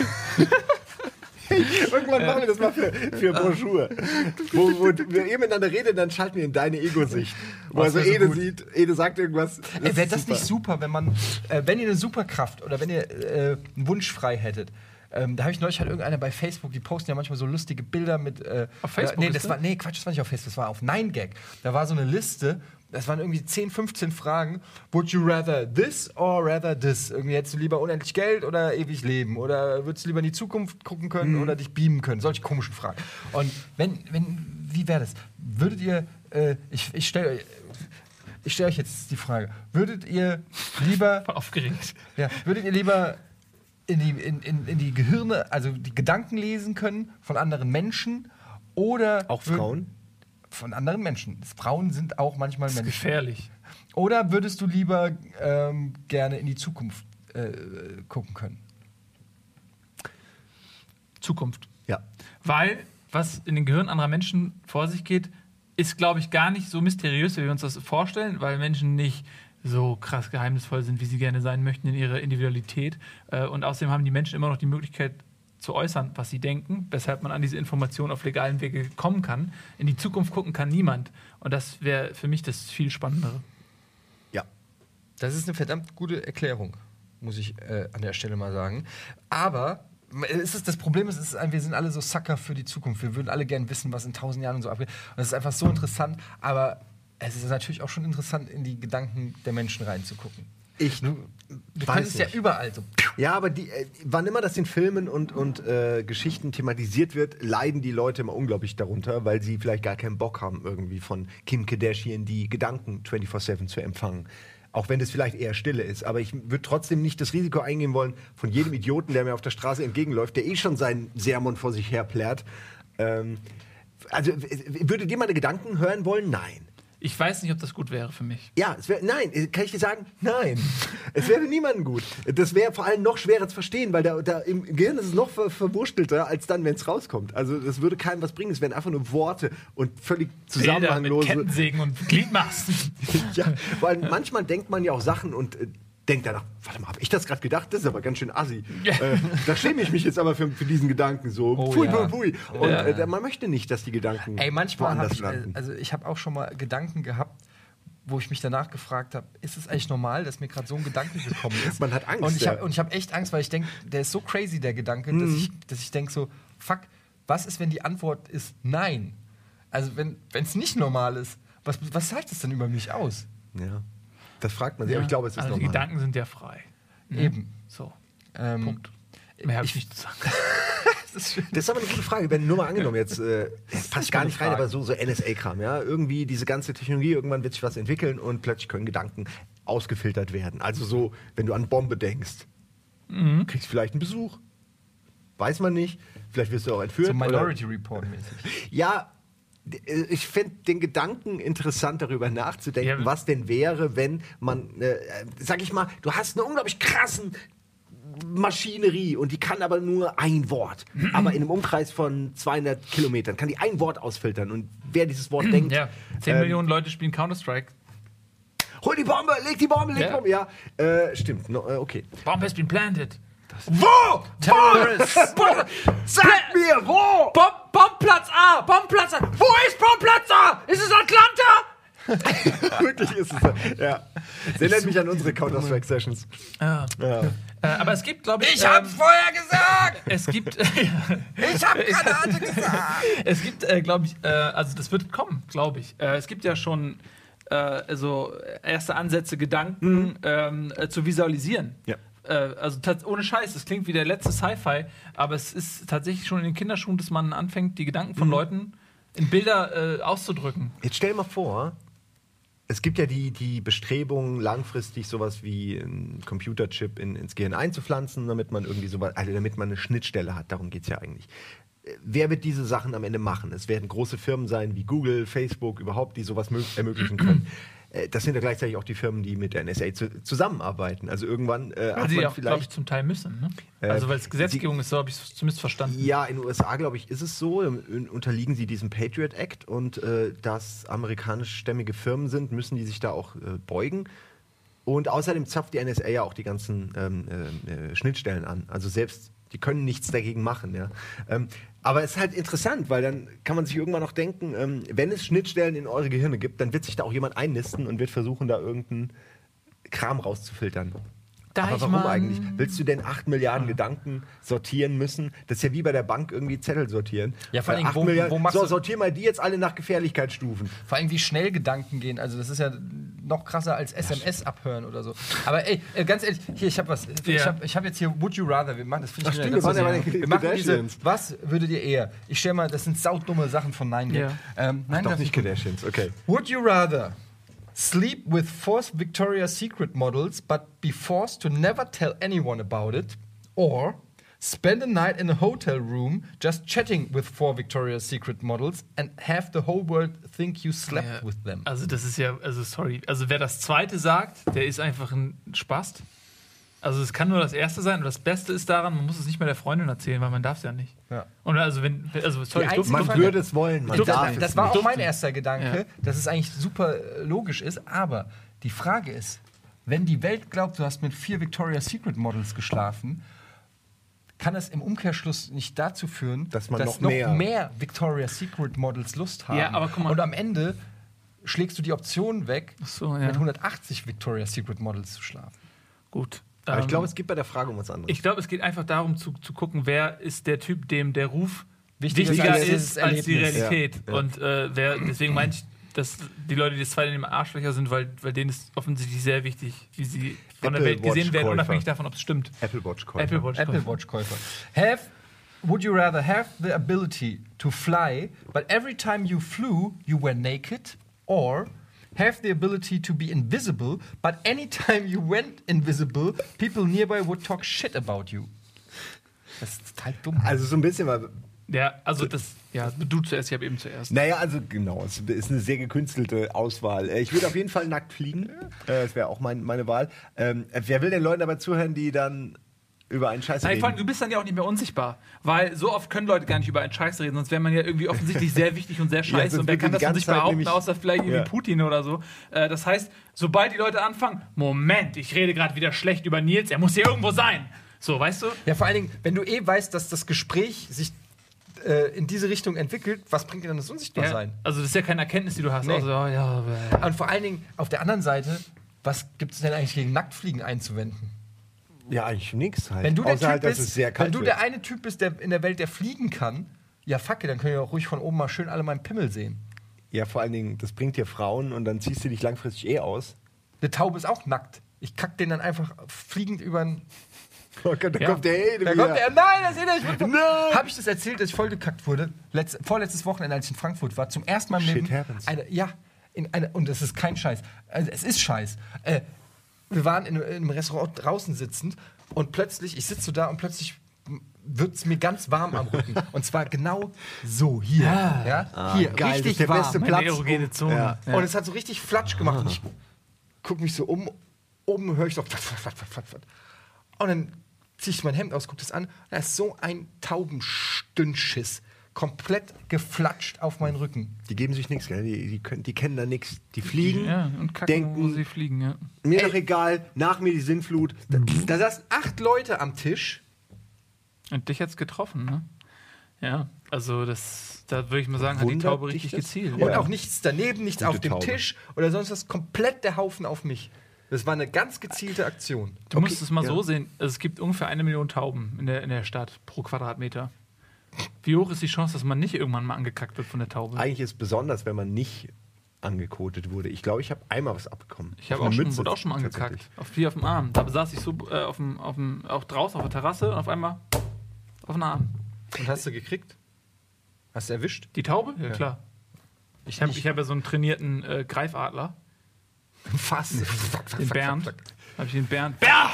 Irgendwann machen wir das mal für, für Bonjour. Wo, wo wir eben miteinander reden, dann schalten wir in deine Ego-Sicht. Wo also wär so Ede gut. sieht, Ede sagt irgendwas. Wäre ist das super. nicht super, wenn man, äh, wenn ihr eine Superkraft oder wenn ihr äh, einen Wunsch frei hättet, Ähm, da habe ich neulich halt irgendeiner bei Facebook, die posten ja manchmal so lustige Bilder mit. Äh, Auf Facebook Äh, nee, das ist war, nee, Quatsch, das war nicht auf Facebook, das war auf nine gag. Da war so eine Liste. Das waren irgendwie zehn, fünfzehn Fragen. Would you rather this or rather this? Irgendwie hättest du lieber unendlich Geld oder ewig leben? Oder würdest du lieber in die Zukunft gucken können oder dich beamen können? Solche komischen Fragen. Und wenn, wenn, wie wäre das? Würdet ihr, äh, ich, ich stelle ich stell euch jetzt die Frage, würdet ihr lieber, Voll aufgeregt. ja, würdet ihr lieber in die, in, in, in die Gehirne, also die Gedanken lesen können von anderen Menschen oder Auch würd- Frauen? von anderen Menschen. Frauen sind auch manchmal Das ist Menschen. gefährlich. Oder würdest du lieber ähm, gerne in die Zukunft äh, gucken können? Zukunft. Ja. Weil, was in den Gehirnen anderer Menschen vor sich geht, ist, glaube ich, gar nicht so mysteriös, wie wir uns das vorstellen, weil Menschen nicht so krass geheimnisvoll sind, wie sie gerne sein möchten in ihrer Individualität. Äh, und außerdem haben die Menschen immer noch die Möglichkeit zu äußern, was sie denken, weshalb man an diese Informationen auf legalen Wege kommen kann. In die Zukunft gucken kann niemand. Und das wäre für mich das viel Spannendere. Ja. Das ist eine verdammt gute Erklärung, muss ich äh, an der Stelle mal sagen. Aber es ist, das Problem ist, es ist, wir sind alle so Sucker für die Zukunft. Wir würden alle gern wissen, was in tausend Jahren und so abgeht. Und es ist einfach so interessant. Aber es ist natürlich auch schon interessant, in die Gedanken der Menschen reinzugucken. Ich Du, du weiß kannst ja nicht. überall so. Ja, aber die, äh, wann immer das in Filmen und, und äh, Geschichten thematisiert wird, leiden die Leute immer unglaublich darunter, weil sie vielleicht gar keinen Bock haben, irgendwie von Kim Kardashian die Gedanken vierundzwanzig sieben zu empfangen. Auch wenn das vielleicht eher Stille ist. Aber ich würde trotzdem nicht das Risiko eingehen wollen, von jedem Idioten, der mir auf der Straße entgegenläuft, der eh schon seinen Sermon vor sich her plärt. Ähm, also, w- würdet ihr meine Gedanken hören wollen? Nein. Ich weiß nicht, ob das gut wäre für mich. Ja, es wär, nein, äh, kann ich dir sagen, nein. Es wäre niemandem gut. Das wäre vor allem noch schwerer zu verstehen, weil da, da im Gehirn ist es noch ver verwurschtelter, als dann, wenn es rauskommt. Also das würde keinem was bringen. Es wären einfach nur Worte und völlig Bilder mit zusammenhanglose. Kettensägen und Gliedmaßen. Ja, weil manchmal denkt man ja auch Sachen und äh, denkt danach, warte mal, habe ich das gerade gedacht? Das ist aber ganz schön assi. Ja. Äh, da schäme ich mich jetzt aber für, für diesen Gedanken so. Oh, pfui, ja. pfui, pfui. Und Ja. äh, man möchte nicht, dass die Gedanken Ey, manchmal habe woanders ich, äh, landen. also ich habe auch schon mal Gedanken gehabt, wo ich mich danach gefragt habe, ist es eigentlich normal, dass mir gerade so ein Gedanke gekommen ist? Man hat Angst, Und ich ja. habe hab echt Angst, weil ich denke, der ist so crazy, der Gedanke, dass ich, dass ich denke so, fuck, was ist, wenn die Antwort ist nein? Also wenn es nicht normal ist, was, was sagt das denn über mich aus? Ja. Das fragt man sich, aber ich glaube, es ist also die normal. Gedanken sind ja frei. Eben. So, Ähm, Punkt. Mehr habe ich ich- nicht zu sagen. Das ist aber eine gute Frage. Wenn nur mal angenommen, jetzt äh, es passt gar eine nicht rein, Frage. aber so, so N S A-Kram, ja. Irgendwie diese ganze Technologie, irgendwann wird sich was entwickeln und plötzlich können Gedanken ausgefiltert werden. Also so, wenn du an Bombe denkst, Mhm. kriegst du vielleicht einen Besuch. Weiß man nicht. Vielleicht wirst du auch entführt. So oder- Minority Report mäßig. Ja, d- äh, ich finde den Gedanken interessant, darüber nachzudenken, Ja. was denn wäre, wenn man, äh, äh, sag ich mal, du hast eine unglaublich krassen Maschinerie und die kann aber nur ein Wort. Aber in einem Umkreis von zweihundert Kilometern kann die ein Wort ausfiltern. Und wer dieses Wort denkt, Ja, zehn ähm, Millionen Leute spielen Counter-Strike. hol die Bombe, leg die Bombe, leg die Ja. Bombe. Ja, äh, stimmt. No, äh, okay. Bomb has been planted. Wo? Terrorists. Wo? Sag mir, wo? Bomb, Bombenplatz A! Bombenplatz A! Wo ist Bombenplatz A? Ist es Atlanta? Wirklich ist es. Ja. Das erinnert mich an unsere Counter-Strike-Sessions. Ja. Ja. Äh, aber es gibt, glaube ich. Ich hab's ähm, vorher gesagt! Es gibt. Ich hab Granate gesagt! Es gibt, äh, glaube ich, äh, also das wird kommen, glaube ich. Äh, es gibt ja schon äh, also erste Ansätze, Gedanken ähm, äh, zu visualisieren. Ja. Äh, also tats- ohne Scheiß, das klingt wie der letzte Sci-Fi, aber es ist tatsächlich schon in den Kinderschuhen, dass man anfängt, die Gedanken von Leuten in Bilder äh, auszudrücken. Jetzt stell dir mal vor, es gibt ja die, die Bestrebung, langfristig sowas wie einen Computerchip in, ins Gehirn einzupflanzen, damit man irgendwie sowas, also damit man eine Schnittstelle hat. Darum geht es ja eigentlich. Äh, Wer wird diese Sachen am Ende machen? Es werden große Firmen sein wie Google, Facebook, überhaupt, die sowas mö- ermöglichen können. Äh, Das sind ja gleichzeitig auch die Firmen, die mit der N S A zu, zusammenarbeiten. Also irgendwann äh, Weil hat sie man auch, glaube ich, vielleicht. zum Teil müssen. Ne? Äh, Also, weil es Gesetzgebung ist, so habe ich es zumindest verstanden. Ja, in den U S A, glaube ich, ist es so. Im- Unterliegen sie diesem Patriot Act und äh, dass amerikanischstämmige Firmen sind, müssen die sich da auch äh, beugen. Und außerdem zapft die N S A ja auch die ganzen ähm, äh, äh, Schnittstellen an. Also selbst, die können nichts dagegen machen. Ja. Ähm, aber es ist halt interessant, weil dann kann man sich irgendwann noch denken, ähm, wenn es Schnittstellen in eure Gehirne gibt, dann wird sich da auch jemand einnisten und wird versuchen, da irgendeinen Kram rauszufiltern. Aber warum eigentlich? Willst du denn acht Milliarden Gedanken sortieren müssen? Das ist ja wie bei der Bank irgendwie Zettel sortieren. Ja, vor allem, acht wo- Milliarden, wo machst so, du- sortier mal die jetzt alle nach Gefährlichkeitsstufen. Vor allem, wie schnell Gedanken gehen. Also, das ist ja noch krasser als S M S abhören oder so. Aber ey, äh, ganz ehrlich, hier, ich habe was. Ich Ja. habe ich hab jetzt hier Would You Rather. Wir machen das, finde ich Ach, wieder stimmt, ganz wir waren ja lustig. bei den Wir machen diese, Kardashians. was würdet ihr eher? Ich stelle mal, das sind saudumme Sachen von Nein. Ja. Ähm, nein, Doch das nicht Kardashians, okay. Would you rather sleep with four Victoria's Secret models but be forced to never tell anyone about it, or spend a night in a hotel room just chatting with four Victoria's Secret models and have the whole world think you slept Ja. with them? Also das ist ja, also sorry, also wer das zweite sagt, der ist einfach ein Spast. Also es kann nur das erste sein und das Beste ist daran, man muss es nicht mehr der Freundin erzählen, weil man darf es ja nicht. Ja. Und also wenn, also sorry, Die ich durfte, Man Frage- würde es wollen, man Das, darf das, es das war nicht. auch mein erster Gedanke, Ja. dass es eigentlich super äh, logisch ist, aber die Frage ist, wenn die Welt glaubt, du hast mit vier Victoria's Secret Models geschlafen, kann es im Umkehrschluss nicht dazu führen, Dass man dass noch mehr- Victoria's Secret Models Lust haben. Ja, aber guck mal. Und am Ende schlägst du die Option weg, Ach so, ja. mit hundertachtzig Victoria's Secret Models zu schlafen. gut. Aber ich Ähm, glaube, es geht bei der Frage um was anderes. Ich glaube, es geht einfach darum zu, zu gucken, wer ist der Typ, dem der Ruf Wichtiger wichtiger, ist ist das als die Erlebnis. Realität. Ja, ja. Und äh, wer, deswegen meine ich, dass die Leute, die das zweite nehmen, Arschlöcher sind, weil, weil denen ist offensichtlich sehr wichtig, wie sie von der Apple Welt gesehen werden, Watch-Käufer. unabhängig davon, ob es stimmt. Apple Watch Käufer. Apple Watch. Apple Watch Käufer. Have would you rather have the ability to fly, but every time you flew, you were naked, or have the ability to be invisible, but anytime you went invisible, people nearby would talk shit about you? Das ist total dumm. Also so ein bisschen, weil Ja, also das, ja, du zuerst, ich habe eben zuerst. Naja, also genau, es ist eine sehr gekünstelte Auswahl. Äh, Ich würde auf jeden Fall nackt fliegen. Äh, Das wäre auch mein, meine Wahl. Ähm, wer will den Leuten dabei zuhören, die dann über einen Scheiß Nein, vor allem, reden? du bist dann ja auch nicht mehr unsichtbar, weil so oft können Leute gar nicht über einen Scheiß reden, sonst wäre man ja irgendwie offensichtlich sehr wichtig und sehr scheiße sonst und wer wird kann die das von ganze sich Zeit behaupten, nämlich- außer vielleicht irgendwie Ja. Putin oder so. Äh, das heißt, sobald die Leute anfangen, Moment, ich rede gerade wieder schlecht über Nils, er muss hier irgendwo sein. So, weißt du? Ja, vor allen Dingen, wenn du eh weißt, dass das Gespräch sich äh, in diese Richtung entwickelt, was bringt dir dann das Unsichtbarsein? Ja, also das ist ja keine Erkenntnis, die du hast. Nee. Also, ja, aber- Und vor allen Dingen, auf der anderen Seite, was gibt es denn eigentlich gegen Nacktfliegen einzuwenden? Ja, eigentlich nichts halt. Wenn du der Außer Typ halt, dass bist, es sehr kalt wenn du wird. der eine Typ bist, der in der Welt, der fliegen kann, ja fuck it, dann können wir auch ruhig von oben mal schön alle meinen Pimmel sehen. Ja, vor allen Dingen, das bringt dir Frauen und dann ziehst du dich langfristig eh aus. Eine Taube ist auch nackt. Ich kack den dann einfach fliegend über den. Oh Gott, da Ja. kommt der Ede Da wieder. kommt er. Nein, das erinnere ich mich. No. Habe ich das erzählt, dass ich vollgekackt wurde? Letz, vorletztes Wochenende, als ich in Frankfurt war, zum ersten Mal im Shit Leben. happens. Eine, ja, in eine, und es ist kein Scheiß. Also, es ist Scheiß. Äh, wir waren in, in einem Restaurant draußen sitzend und plötzlich, ich sitze so da und plötzlich wird es mir ganz warm am Rücken. Und zwar genau so hier. Ja, Ah, hier, geil, das richtig ist der warm. beste Meine Platz. erogene Zone. Ja. Ja. Und es hat so richtig Flatsch gemacht. Und ich gucke mich so um. Oben höre ich so. Flat, flat, flat, flat, flat, flat. Und dann ziehe ich mein Hemd aus, gucke das an. Da ist so ein Taubenstünnschiss. Komplett geflatscht auf meinen Rücken. Die geben sich nichts, gell? Die, die, können, die kennen da nichts. Die fliegen, Ja, und kacken, wo denken, sie fliegen, ja. mir Ey. doch egal, nach mir die Sinnflut. Da, Da saßen acht Leute am Tisch. Und dich hat's getroffen, ne? Ja, also das, da würde ich mal sagen, hat die Wundert Taube dich richtig das? gezielt. Und Ja. auch nichts daneben, nichts Gute auf dem Taube. Tisch oder sonst was. Komplett der Haufen auf mich. Das war eine ganz gezielte Aktion. Du musst es mal ja. so sehen, also es gibt ungefähr eine Million Tauben in der, in der Stadt pro Quadratmeter. Wie hoch ist die Chance, dass man nicht irgendwann mal angekackt wird von der Taube? Eigentlich ist es besonders, wenn man nicht angekotet wurde. Ich glaube, ich habe einmal was abbekommen. Ich habe Auf auch eine schon, Mütze wurde auch schon mal tatsächlich. angekackt. Auf, hier auf dem Arm. Da saß ich so äh, auf dem, auf dem, auch draußen auf der Terrasse und auf einmal auf den Arm. Und hast du gekriegt? Hast du erwischt? Die Taube? Ja, klar. Ich habe nicht. ich hab ja so einen trainierten äh, Greifadler, Fast. den Bernd. Habe ich den Bernd. Bernd!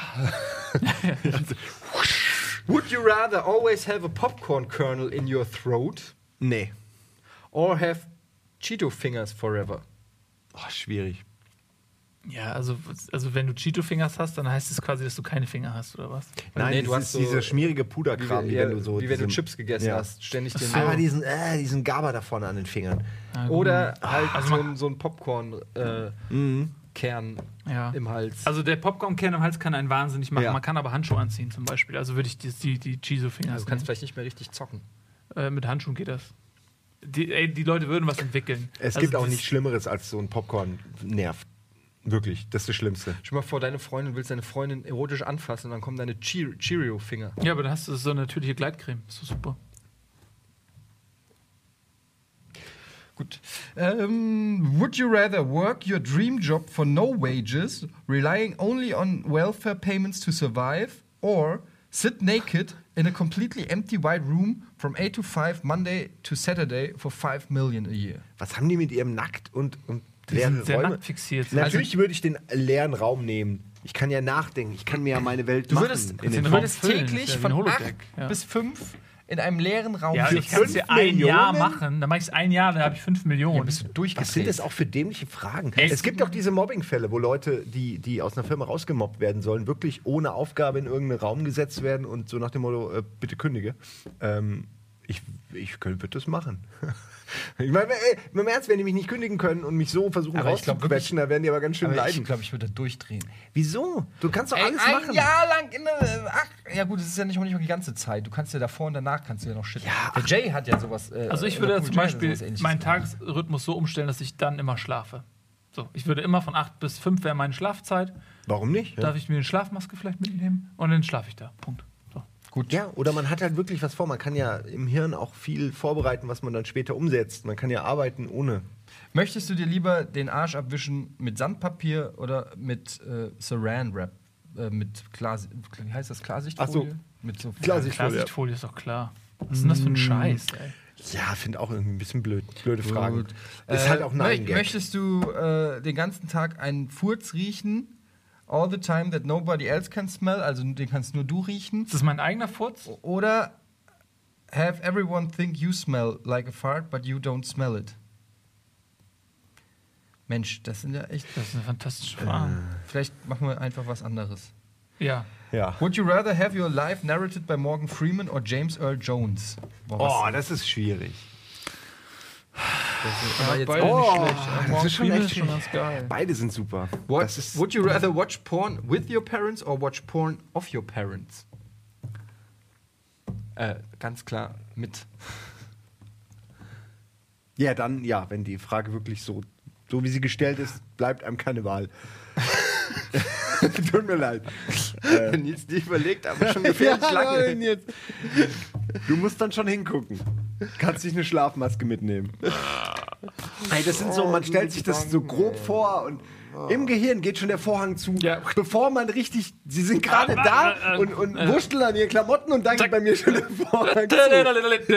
Would you rather always have a popcorn kernel in your throat Nee. or have Cheeto fingers forever? Oh, schwierig. Ja, also, also wenn du Cheeto-Fingers hast, dann heißt es quasi, dass du keine Finger hast, oder was? Nein, nee, das du ist hast so- dieser schmierige Wie, Puderkram, wie ja, wenn du so. wie wenn du diese- Chips gegessen Ja. hast. Ständig den Aber diesen, äh, diesen Gaber da vorne an den Fingern. Na gut. Oder halt Also so, man- ein, so ein Popcorn-Kern Ja. im Hals. Also der Popcorn-Kern im Hals kann einen wahnsinnig machen. Ja. Man kann aber Handschuhe anziehen zum Beispiel. Also würde ich die, die, die Cheeto-Fingers Also du kannst vielleicht nicht mehr richtig zocken. äh, mit Handschuhen geht das. Die, ey, die Leute würden was entwickeln. Es Also gibt auch das- nichts Schlimmeres als so ein Popcorn-Nerv. Wirklich, das ist das Schlimmste. Stell dir mal vor, deine Freundin willst deine Freundin erotisch anfassen und dann kommen deine Cheer- Cheerio-Finger. Ja, aber dann hast du so eine natürliche Gleitcreme. Ist doch super. Gut. Ähm, would you rather work your dream job for no wages, relying only on welfare payments to survive, or sit naked in a completely empty white room from eight to five Monday to Saturday for five million a year? Was haben die mit ihrem Nackt und, und Die leeren sind sehr Räume? nackt fixiert. Natürlich würde ich den leeren Raum nehmen. Ich kann ja nachdenken. Ich kann mir ja meine Welt Du machen. würdest, in den den du Raum würdest füllen, täglich ist ja wie von ein acht Holodeck, ja. bis fünf in einem leeren Raum Ja, für ich kann es fünf ja ein Jahr Millionen? machen. Dann mache ich es ein Jahr, dann habe ich fünf Millionen. bist du Was sind durchgedreht. das auch für dämliche Fragen? Ey, Es gibt auch diese Mobbingfälle, wo Leute, die, die aus einer Firma rausgemobbt werden sollen, wirklich ohne Aufgabe in irgendeinen Raum gesetzt werden und so nach dem Motto, äh, bitte kündige. Ähm, ich ich würde das machen. Ich meine, ey, im Ernst, wenn die mich nicht kündigen können und mich so versuchen Aber ich glaub rauszuquetschen, da werden die aber ganz schön Aber leiden. ich glaube, ich würde durchdrehen. Wieso? Du kannst doch Ey, alles ein machen. Jahr lang in eine, ach, ja gut, das ist ja nicht, nicht die ganze Zeit. Du kannst ja davor und danach kannst du ja noch shit. Ja, Der Jay hat ja sowas. Äh, Also ich äh, würde Cool zum Jay hat Beispiel sowas Ähnliches meinen gemacht. Tagesrhythmus so umstellen, dass ich dann immer schlafe. So, ich würde immer von acht bis fünf wäre meine Schlafzeit. Warum nicht? Darf ich mir eine Schlafmaske vielleicht mitnehmen? Und dann schlafe ich da. Punkt. So. Gut. Ja, oder man hat halt wirklich was vor. Man kann ja im Hirn auch viel vorbereiten, was man dann später umsetzt. Man kann ja arbeiten ohne. Möchtest du dir lieber den Arsch abwischen mit Sandpapier oder mit äh, Saran-Wrap? Äh, mit Klar, wie heißt das? Klarsichtfolie? Ach so. Mit so Klarsichtfolie. Klarsichtfolie ist doch klar. Was ist denn das für ein Scheiß, ey? Ja, finde auch irgendwie ein bisschen blöd. Blöde Fragen. Gut. Ist Äh, halt auch mö- nein. Möchtest du äh, den ganzen Tag einen Furz riechen? All the time that nobody else can smell, also den kannst nur du riechen. Ist das mein eigener Furz? Oder have everyone think you smell like a fart, but you don't smell it. Mensch, das sind ja echt. Das ist eine fantastische Frage. Vielleicht machen wir einfach was anderes. Ja. Ja. Would you rather have your life narrated by Morgan Freeman or James Earl Jones? Boah, was- Oh, das ist schwierig. das war jetzt beide auch nicht nicht schlecht. das Morgan ist schon Freeman echt ist schon ganz geil. Beide sind super. What, Das ist, would you rather watch porn with your parents or watch porn of your parents? Äh, ganz klar mit. ja, dann, ja, wenn die Frage wirklich so, so wie sie gestellt ist, bleibt einem keine Wahl. Tut mir leid. Wenn Nils die überlegt, aber schon gefährlich lange. nein, jetzt. Du musst dann schon hingucken. Kannst dich eine Schlafmaske mitnehmen. Ey, das sind so, man stellt sich das so grob vor und im Gehirn geht schon der Vorhang zu, Ja. bevor man richtig, sie sind gerade Ah, da ah, ah, und, und ah. wurschteln an ihren Klamotten und dann geht bei mir schon der Vorhang zu. Da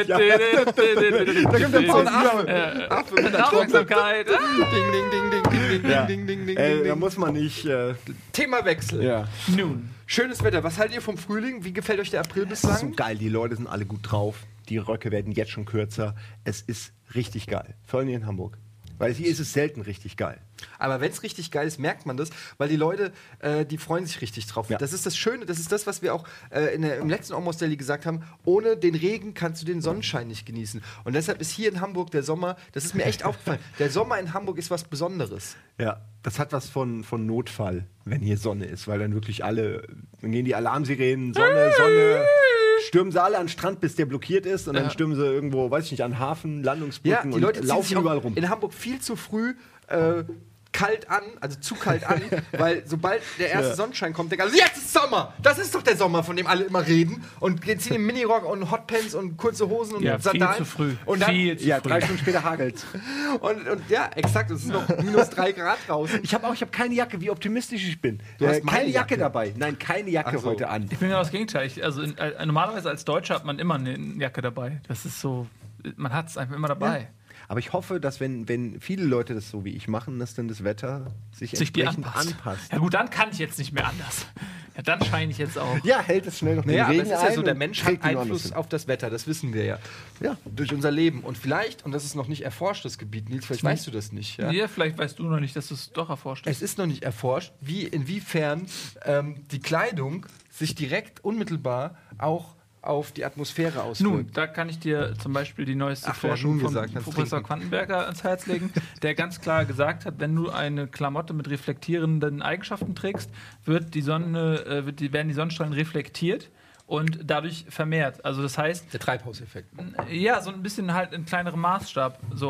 Da kommt der Pausenaffe. Aufmerksamkeit. Ding, ding, ding, ding, ding, ding, Ja. ding, ding, ding, Ey, ding, da ding. muss man nicht. Äh, Themawechsel. ja. Nun. Schönes Wetter. Was haltet ihr vom Frühling? Wie gefällt euch der April Es ist so bislang? geil, die Leute sind alle gut drauf. Die Röcke werden jetzt schon kürzer. Es ist richtig geil. Vor allem hier in Hamburg. Weil hier ist es selten richtig geil. Aber wenn es richtig geil ist, merkt man das, weil die Leute, äh, die freuen sich richtig drauf. Ja. Das ist das Schöne, das ist das, was wir auch äh, in der, im letzten Almost Daily gesagt haben. Ohne den Regen kannst du den Sonnenschein nicht genießen. Und deshalb ist hier in Hamburg der Sommer, das ist mir echt aufgefallen, der Sommer in Hamburg ist was Besonderes. Ja, das hat was von, von Notfall, wenn hier Sonne ist, weil dann wirklich alle, dann gehen die Alarmsirenen, Sonne, Sonne, stürmen sie alle an den Strand, bis der blockiert ist und dann Ja. stürmen sie irgendwo, weiß ich nicht, an den Hafen, Ja, Landungsbrücken die Leute und ziehen laufen sich auch überall rum. in Hamburg viel zu früh äh, kalt an, also zu kalt an, weil sobald der erste Ja. Sonnenschein kommt, denken alle, jetzt ist Sommer! Das ist doch der Sommer, von dem alle immer reden. Und jetzt ziehen im Minirock und Hotpants und kurze Hosen und Ja, viel Sandalen. zu früh. Und dann, Viel zu Ja, früh. drei Stunden später hagelt's. Und, und ja, exakt, es ist noch minus drei Grad draußen. Ich habe auch, ich habe keine Jacke, wie optimistisch ich bin. Du Äh, hast meine keine Jacke Jacke. dabei. Nein, keine Jacke Ach so. heute an. Ich bin genau das Gegenteil. Ich, also in, äh, normalerweise als Deutscher hat man immer eine Jacke dabei. Das ist so, man hat es einfach immer dabei. Aber ich hoffe, dass wenn, wenn viele Leute das so wie ich machen, dass dann das Wetter sich, Sich dir entsprechend anpasst. anpasst. Ja gut, dann kann ich jetzt nicht mehr anders. Ja, dann scheine ich jetzt auch. Ja, hält es schnell noch Naja, den aber Regen es ist ja ein so, der und Mensch trägt hat ihn woanders Einfluss hin. auf das Wetter, das wissen wir ja. Ja. Durch unser Leben. Und vielleicht, und das ist noch nicht erforschtes Gebiet, Nils, vielleicht weißt du das nicht. Ja? Ja, vielleicht weißt du noch nicht, dass du es doch erforscht hast. Es ist noch nicht erforscht, wie, inwiefern ähm, die Kleidung sich direkt unmittelbar auch auf die Atmosphäre auswirkt. Nun, da kann ich dir zum Beispiel die neueste Ach, wer hat Forschung nun von gesagt, kannst Professor trinken. Quantenberger ans Herz legen, der ganz klar gesagt hat, wenn du eine Klamotte mit reflektierenden Eigenschaften trägst, wird die Sonne, äh, wird die, werden die Sonnenstrahlen reflektiert und dadurch vermehrt. Also das heißt, Der Treibhauseffekt. ja, so ein bisschen halt in kleinerem Maßstab. So.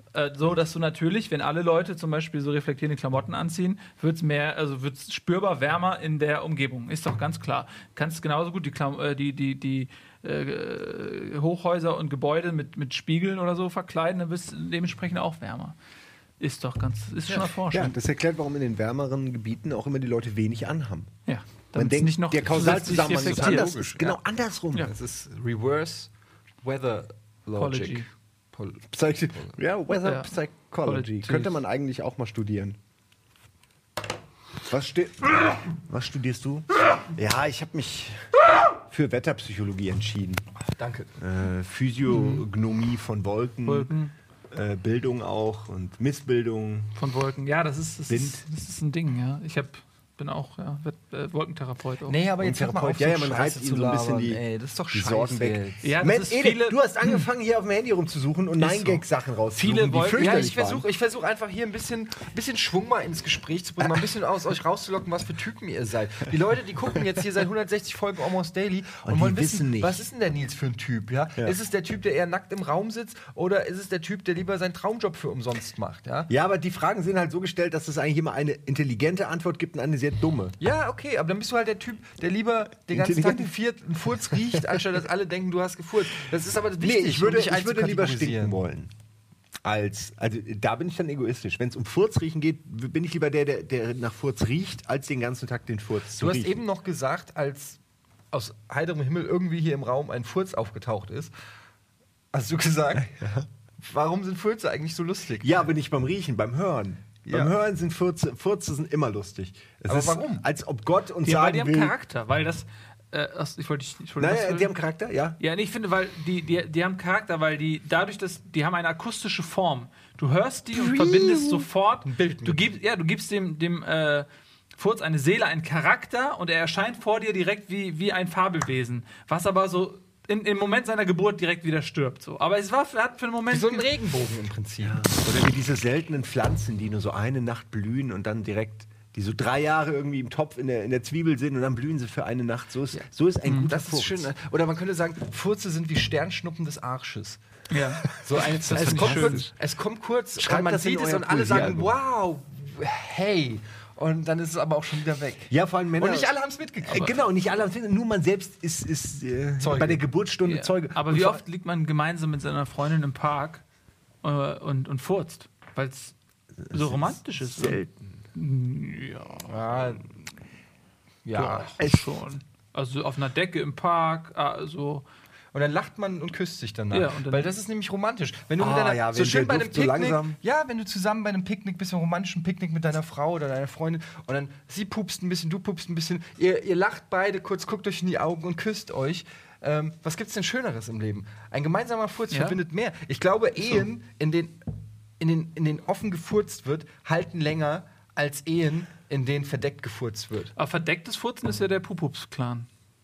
Äh, so, dass du natürlich, wenn alle Leute zum Beispiel so reflektierende Klamotten anziehen, wird es mehr, also wird es spürbar wärmer in der Umgebung. Ist doch ganz klar. Kannst genauso gut die, Klam äh, die, die, die äh, Hochhäuser und Gebäude mit, mit Spiegeln oder so verkleiden, dann wird es dementsprechend auch wärmer. Ist doch ganz, ist schon erforscht. Ja, das erklärt, warum in den wärmeren Gebieten auch immer die Leute wenig anhaben. Ja. Man Damit's denkt, nicht noch der Kausalzusammenhang ist reflektiert. anders. Ist genau andersrum. Ja. Das ist Reverse Weather Logic. Pol Psych ja, Weather Ja. Psychology. Quality. Könnte man eigentlich auch mal studieren. Was, ste Was studierst du? Ja, ich habe mich für Wetterpsychologie entschieden. Danke. Äh, Physiognomie von Wolken, Wolken. Äh, Bildung auch und Missbildung. Von Wolken. Ja, das ist, das Wind. ist, das ist ein Ding, ja. Ich hab, bin auch ja, Wett- äh, Wolkentherapeut. Auch. Nee, aber Und jetzt hör mal Therapeut, auf, ja, so ja, man Scheiße reißt zu ihnen so ein bisschen labern, die- ey, das ist doch die scheiße Sorgen weg. jetzt. Ja, das Mensch, ist Ede, viele- du hast angefangen, hier auf dem Handy rumzusuchen und Ist Nein-Gag-Sachen rauszusuchen, Viele die Wolken- Ja, fürchterlich ich versuche waren. ich versuch einfach hier ein bisschen, bisschen Schwung mal ins Gespräch zu bringen, mal ein bisschen aus euch rauszulocken, was für Typen ihr seid. Die Leute, die gucken jetzt hier seit hundertsechzig Folgen Almost Daily und, Und die wollen wissen wissen, nicht. was ist denn der Nils für ein Typ? Ja? Ja. Ist es der Typ, der eher nackt im Raum sitzt oder ist es der Typ, der lieber seinen Traumjob für umsonst macht? Ja, Ja, aber die Fragen sind halt so gestellt, dass es eigentlich immer eine intelligente Antwort gibt und eine sehr dumme. ja okay, aber dann bist du halt der Typ, der lieber den ganzen Tag einen, Viert, einen Furz riecht, anstatt dass alle denken, du hast gefurzt. Das ist aber wichtig, Nee, ich würde, um dich ich würde lieber einzukategorisieren. stinken wollen. Als, also da bin ich dann egoistisch. Wenn es um Furzriechen geht, bin ich lieber der, der, der nach Furz riecht, als den ganzen Tag den Furz zu Du hast riechen. eben noch gesagt, als aus heiterem Himmel irgendwie hier im Raum ein Furz aufgetaucht ist, hast du gesagt, warum sind Furze eigentlich so lustig? Ja, aber nicht beim Riechen, beim Hören. Ja. Beim Hören sind Furze, Furze sind immer lustig. Es Aber ist, warum? Als ob Gott uns Die, weil sagen die haben will... Charakter, weil das. Äh, ach, ich wollte dich. Entschuldigung, was Naja, will- die haben Charakter, ja. Ja, nee, ich finde, weil die, die, die haben Charakter, weil die dadurch, dass die haben eine akustische Form. Du hörst die und verbindest sofort. Ein Bild Du mit. gibst, ja, du gibst dem, dem äh, Furz eine Seele, einen Charakter und er erscheint vor dir direkt wie, wie ein Fabelwesen. Was aber so in, im Moment seiner Geburt direkt wieder stirbt. So. Aber es war für, hat für einen Moment. Wie so ein Regenbogen im Prinzip. Oder wie diese seltenen Pflanzen, die nur so eine Nacht blühen und dann direkt, die so drei Jahre irgendwie im Topf in der, in der Zwiebel sind und dann blühen sie für eine Nacht. So ist, so ist ein guter Das ist Furz. schön. Oder man könnte sagen, Furze sind wie Sternschnuppen des Arsches. Ja. So ein, Das es, find ich kommt schön. kurz, es kommt kurz, Schreibt und man das in sieht es euer und alle sagen, Poesiealbum. wow, hey. Und dann ist es aber auch schon wieder weg. Ja, vor allem Männer. Und nicht alle haben es Äh, mitgekriegt. genau, nicht alle haben es. Nur man selbst ist, ist äh, Zeuge. bei der Geburtsstunde Ja. Zeuge. Aber Und wie vor- oft liegt man gemeinsam mit seiner Freundin im Park äh, und, und furzt? Weil es so romantisch ist. Selten. Ja, Ja, ja. es schon. Also auf einer Decke im Park, also. Und dann lacht man und küsst sich danach. Ja, und dann- Weil das ist nämlich romantisch. Wenn du mit Ah, deiner, ja, so wenn schön der bei einem Duft so Picknick, langsam- ja, wenn du zusammen bei einem Picknick bist, einem romantischen Picknick mit deiner Frau oder deiner Freundin und dann sie pupst ein bisschen, du pupst ein bisschen, ihr, ihr lacht beide kurz, guckt euch in die Augen und küsst euch. Ähm, was gibt's denn Schöneres im Leben? Ein gemeinsamer Furz Ja. verbindet mehr. Ich glaube, Ehen, in denen in den, in den offen gefurzt wird, halten länger als Ehen, in denen verdeckt gefurzt wird. Aber verdecktes Furzen ist ja der Pupups-Clan.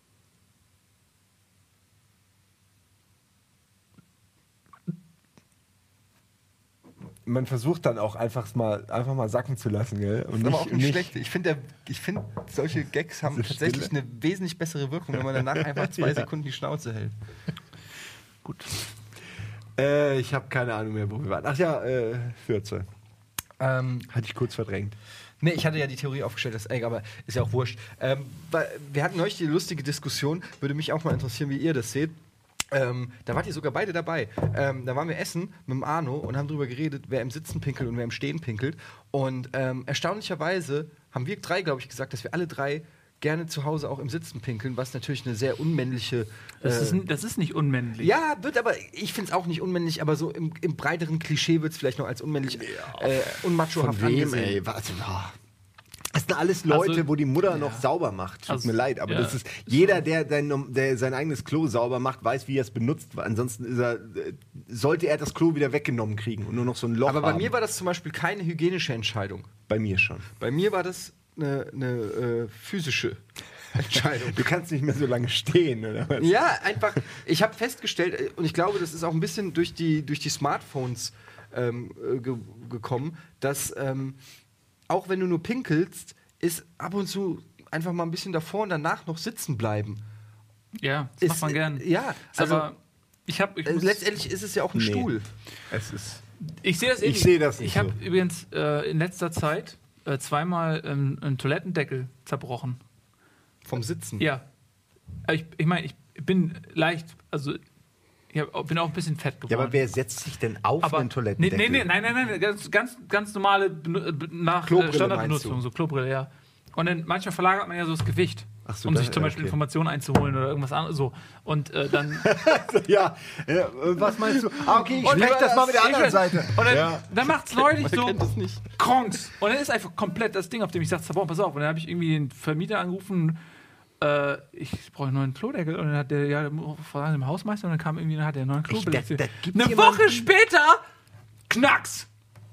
Man versucht dann auch einfach mal, einfach mal sacken zu lassen, gell? Und Das ist aber auch nicht schlecht. Ich finde, find, solche Gags haben Diese tatsächlich Stille. eine wesentlich bessere Wirkung, wenn man danach einfach zwei Ja. Sekunden die Schnauze hält. Gut. Äh, ich habe keine Ahnung mehr, wo wir waren. Ach ja, äh, Fürze. Ähm, Hatte ich kurz verdrängt. nee, ich hatte ja die Theorie aufgestellt, dass, ey, aber ist ja auch wurscht. Ähm, weil, wir hatten neulich die lustige Diskussion, würde mich auch mal interessieren, wie ihr das seht. Ähm, da wart ihr sogar beide dabei. Ähm, da waren wir essen mit dem Arno und haben darüber geredet, wer im Sitzen pinkelt und wer im Stehen pinkelt. Und ähm, erstaunlicherweise haben wir drei, glaube ich, gesagt, dass wir alle drei gerne zu Hause auch im Sitzen pinkeln, was natürlich eine sehr unmännliche. Das, äh, ist, n- das ist nicht unmännlich. ja, wird aber, ich finde es auch nicht unmännlich, aber so im, im breiteren Klischee wird es vielleicht noch als unmännlich, äh, unmachohaft angesehen. Was? Ah. Das sind alles Leute, Also, wo die Mutter noch sauber macht. Tut Also, mir leid, aber ja. das ist jeder, der, sein- der sein eigenes Klo sauber macht, weiß, wie er es benutzt. Ansonsten ist er, äh, sollte er das Klo wieder weggenommen kriegen und nur noch so ein Loch Aber bei haben. mir war das zum Beispiel keine hygienische Entscheidung. bei mir schon. Bei mir war das eine, eine äh, physische Entscheidung. Du kannst nicht mehr so lange stehen, oder was? Ja, einfach, ich habe festgestellt, äh, und ich glaube, das ist auch ein bisschen durch die, durch die Smartphones ähm, äh, ge gekommen, dass ähm, auch wenn du nur pinkelst, ist ab und zu einfach mal ein bisschen davor und danach noch sitzen bleiben. Ja, das Ist, macht man gern. Ja, Ist also aber ich habe. Ich äh, muss- letztendlich ist es ja auch ein Nee. Stuhl. Es ist Ich sehe das Ich ähnlich. sehe das nicht Ich habe so. übrigens äh, in letzter Zeit äh, zweimal ähm, einen Toilettendeckel zerbrochen. Vom Sitzen. Ja. Ich, ich meine, ich bin leicht, also ich hab, bin auch ein bisschen fett geworden. Ja, aber wer setzt sich denn auf Aber- einen nee, Toilettendeckel? nee, nee, nein, nein, nein, ganz, ganz, ganz normale Benu- äh, be- nach Klobrille äh, Standardbenutzung, meinst so Klobrille, ja. Und dann manchmal verlagert man ja so das Gewicht, Ach so, um da- sich zum ja, Beispiel okay. Informationen einzuholen oder irgendwas anderes. So. Und äh, dann. Ja, äh, was meinst du? Ah, okay, ich Und spreche das mal mit der ich- anderen Seite. Und dann, Ja. dann macht's neulich so. kennt das nicht. Kronks. Und dann ist einfach komplett das Ding, auf dem ich sage, zerbrochen, pass auf. Und dann habe ich irgendwie den Vermieter angerufen, äh, ich brauche einen neuen Klodeckel. Und dann hat der, ja, vor dem Hausmeister, und dann kam irgendwie, dann hat der einen neuen Klodeckel. da- da gibt's Eine jemanden- Woche später, Knacks.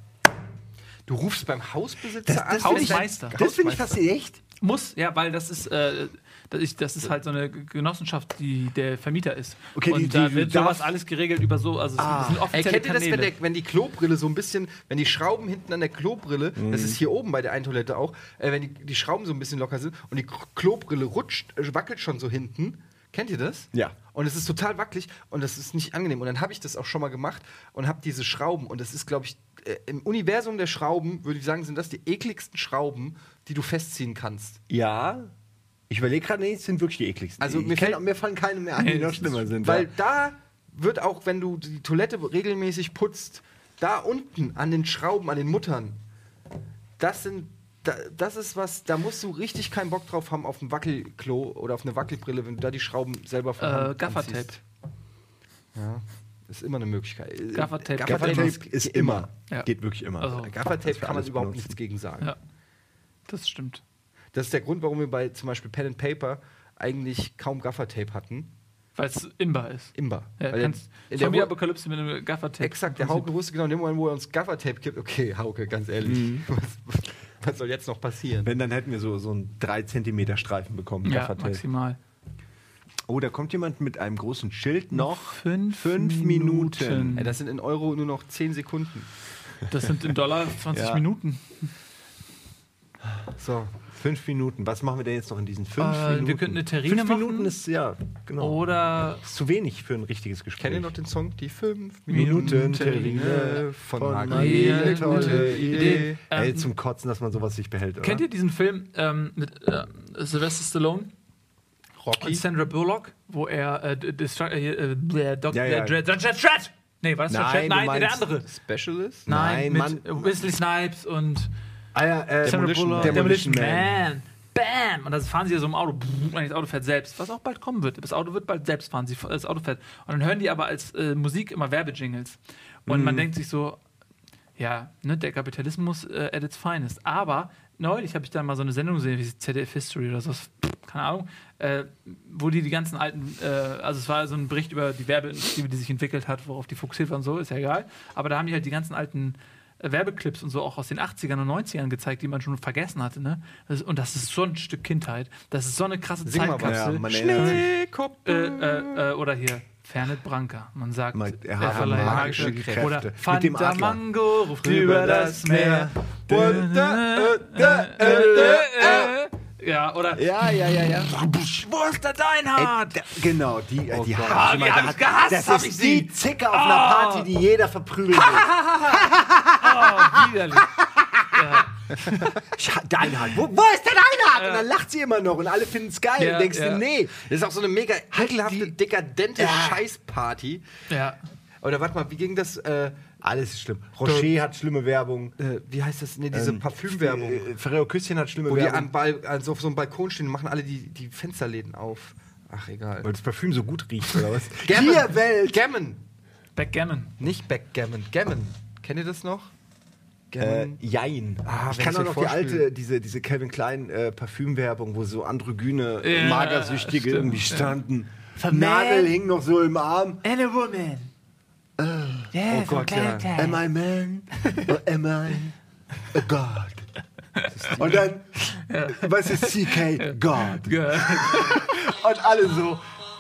Du rufst beim Hausbesitzer Das- an. das finde ich- Hausmeister. Das finde ich fast echt. Muss, ja, weil das ist, äh, das ist, das ist halt so eine Genossenschaft, die der Vermieter ist. Okay, und die- da die wird darf- sowas alles geregelt über so, also es Ah. sind Ey, offizielle kennt ihr das, wenn, Kanäle. der, wenn die Klobrille so ein bisschen, wenn die Schrauben hinten an der Klobrille, Mhm. das ist hier oben bei der einen Toilette auch, äh, wenn die, die Schrauben so ein bisschen locker sind und die K- Klobrille rutscht, äh, wackelt schon so hinten. Kennt ihr das? Ja. Und es ist total wackelig und das ist nicht angenehm. Und dann habe ich das auch schon mal gemacht und habe diese Schrauben und das ist, glaube ich, äh, im Universum der Schrauben, würde ich sagen, sind das die ekligsten Schrauben, die du festziehen kannst. Ja. Ich überlege gerade, nee, es sind wirklich die ekligsten. Also ich mir kenn, fällt- mir fallen keine mehr ein, die Nee, noch es ist- schlimmer sind. Weil ja. da wird auch, wenn du die Toilette regelmäßig putzt, da unten an den Schrauben, an den Muttern, das sind, da, das ist was, da musst du richtig keinen Bock drauf haben auf ein Wackelklo oder auf eine Wackelbrille, wenn du da die Schrauben selber von Äh, Hand Gaffertape. anziehst. Ja, ist immer eine Möglichkeit. Äh, Gaffertape. Gaffertape ist, ist immer. Ja. Geht wirklich immer. Also- Gaffertape Kannst du kann man alles überhaupt benutzen. nichts gegen sagen. Ja, das stimmt. Das ist der Grund, warum wir bei zum Beispiel Pen and Paper eigentlich kaum Gaffertape hatten. Weil es imbar ist. Imba. Ja, Weil kannst in der Ru- Zombie-Apokalypse mit einem Gaffertape. Exakt, der im Prinzip. Hauke wusste genau in dem Moment, wo er uns Gaffertape gibt. Okay, Hauke, ganz ehrlich, Mhm. was, was soll jetzt noch passieren? Wenn, dann hätten wir so, so einen drei Zentimeter Streifen bekommen. Ja, Gaffertape. maximal. Oh, da kommt jemand mit einem großen Schild noch. Fünf, Fünf Minuten. Ey, das sind in Euro nur noch zehn Sekunden. Das sind in Dollar zwanzig Ja. Minuten. So. Fünf Minuten. Was machen wir denn jetzt noch in diesen fünf Äh, wir Minuten? könnten eine Terrine Fünf Minuten machen. ist, ja, genau. Oder ist zu wenig für ein richtiges Gespräch. Kennt ihr noch den Song? Die fünf Minuten Minuten Terrine Terrine von, von Magie. Magie. Eine tolle Idee. Ey, Ähm, zum Kotzen, dass man sowas sich behält, oder? kennt ihr diesen Film ähm, mit äh, Sylvester Stallone und Rocky. Sandra Bullock, wo er äh, d- Destru- äh, äh, der Doktor Ja, ja. der Dread, Dread, Dread! Nee, war das Nein, Dread? du Nein, nee, der meinst- andere. Specialist? Nein, Nein, mit Mann. äh, Wesley Snipes und Ah, ja, äh, Sandra Demolition Bullock. Man. Demolition Man. Bam! Und dann fahren sie so im Auto. Und das Auto fährt selbst. Was auch bald kommen wird. Das Auto wird bald selbst fahren. Sie, das Auto fährt. Und dann hören die aber als äh, Musik immer Werbejingles. Und Mhm. man denkt sich so, ja, ne, der Kapitalismus äh, at its finest. Aber neulich habe ich da mal so eine Sendung gesehen, wie Z D F History oder so, keine Ahnung, äh, wo die die ganzen alten, äh, also es war so ein Bericht über die Werbeindustrie, die sich entwickelt hat, worauf die fokussiert waren, so, ist ja egal. Aber da haben die halt die ganzen alten äh, Werbeclips und so auch aus den achtzigern und neunzigern gezeigt, die man schon vergessen hatte. Ne? Das ist, und das ist so ein Stück Kindheit. Das ist so eine krasse Sing mal was. Zeitkapsel. Ja, man erinnert sich. Schneekoppe. Äh, äh, äh, oder hier, Fernet Branca. Man sagt, Man- er er hat verleiht magische magische Kräfte. Oder Mit dem Adler. Fantamango ruft über das Meer. Ja, oder Ja, ja, ja, ja. wo ist der Deinhard? Da, genau, die, äh, die Gott. hab Ah, ich wie immer hab gehabt. ich gehasst, Das hab ist ich sie. die Zicke auf einer Party, die jeder verprügeln will. Oh, widerlich. Scha- Deinhard, wo, wo ist der Deinhard? Und dann lacht sie immer noch und alle finden es geil. Ja, und denkst ja. du, nee. Das ist auch so eine mega ekelhafte, dekadente Scheißparty. Ja. Oder warte mal, wie ging das? Äh, Alles ist schlimm. Rocher hat schlimme Werbung. äh, wie heißt das? Nee, diese Ähm, Parfümwerbung. Äh, Ferrero Küsschen hat schlimme Wo die Werbung. am Ball, also auf so einem Balkon stehen und machen alle die, die Fensterläden auf. Ach, egal. Weil das Parfüm so gut riecht, oder was? Gammon. Hier, Welt! Gammon. Backgammon. Nicht Backgammon. Gammon. Kennt ihr das noch? Äh, Gammon. jein. Ah, ich wenn kann ich's auch mir noch die vorstelle. alte, diese, diese Calvin Klein äh, Parfümwerbung, wo so androgyne, Ja, Magersüchtige stimmt, irgendwie ja. standen. Vermählt. Nadel hing noch so im Arm. And a woman. Yeah, Oh Gott, ja. Am I man? Or am I a God? Und dann, was ist C K? God. Ja. Und alle so.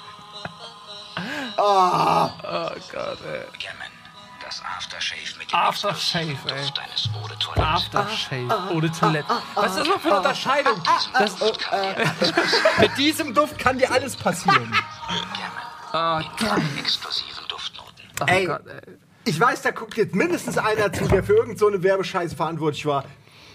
Oh Gott, ey. Gammon, das Aftershave mit dem Aftershave, explosiven ey. Duft deines Eau de Toilette. Aftershave. Ohne Toilette. Was ist das noch für eine Unterscheidung? Das, Mit diesem Duft kann dir alles passieren. Gammon, oh, drei exklusiven Duftnoten. oh Ey. Gott, ey. Ich weiß, da guckt jetzt mindestens einer zu, der für irgend so eine Werbescheiße verantwortlich war.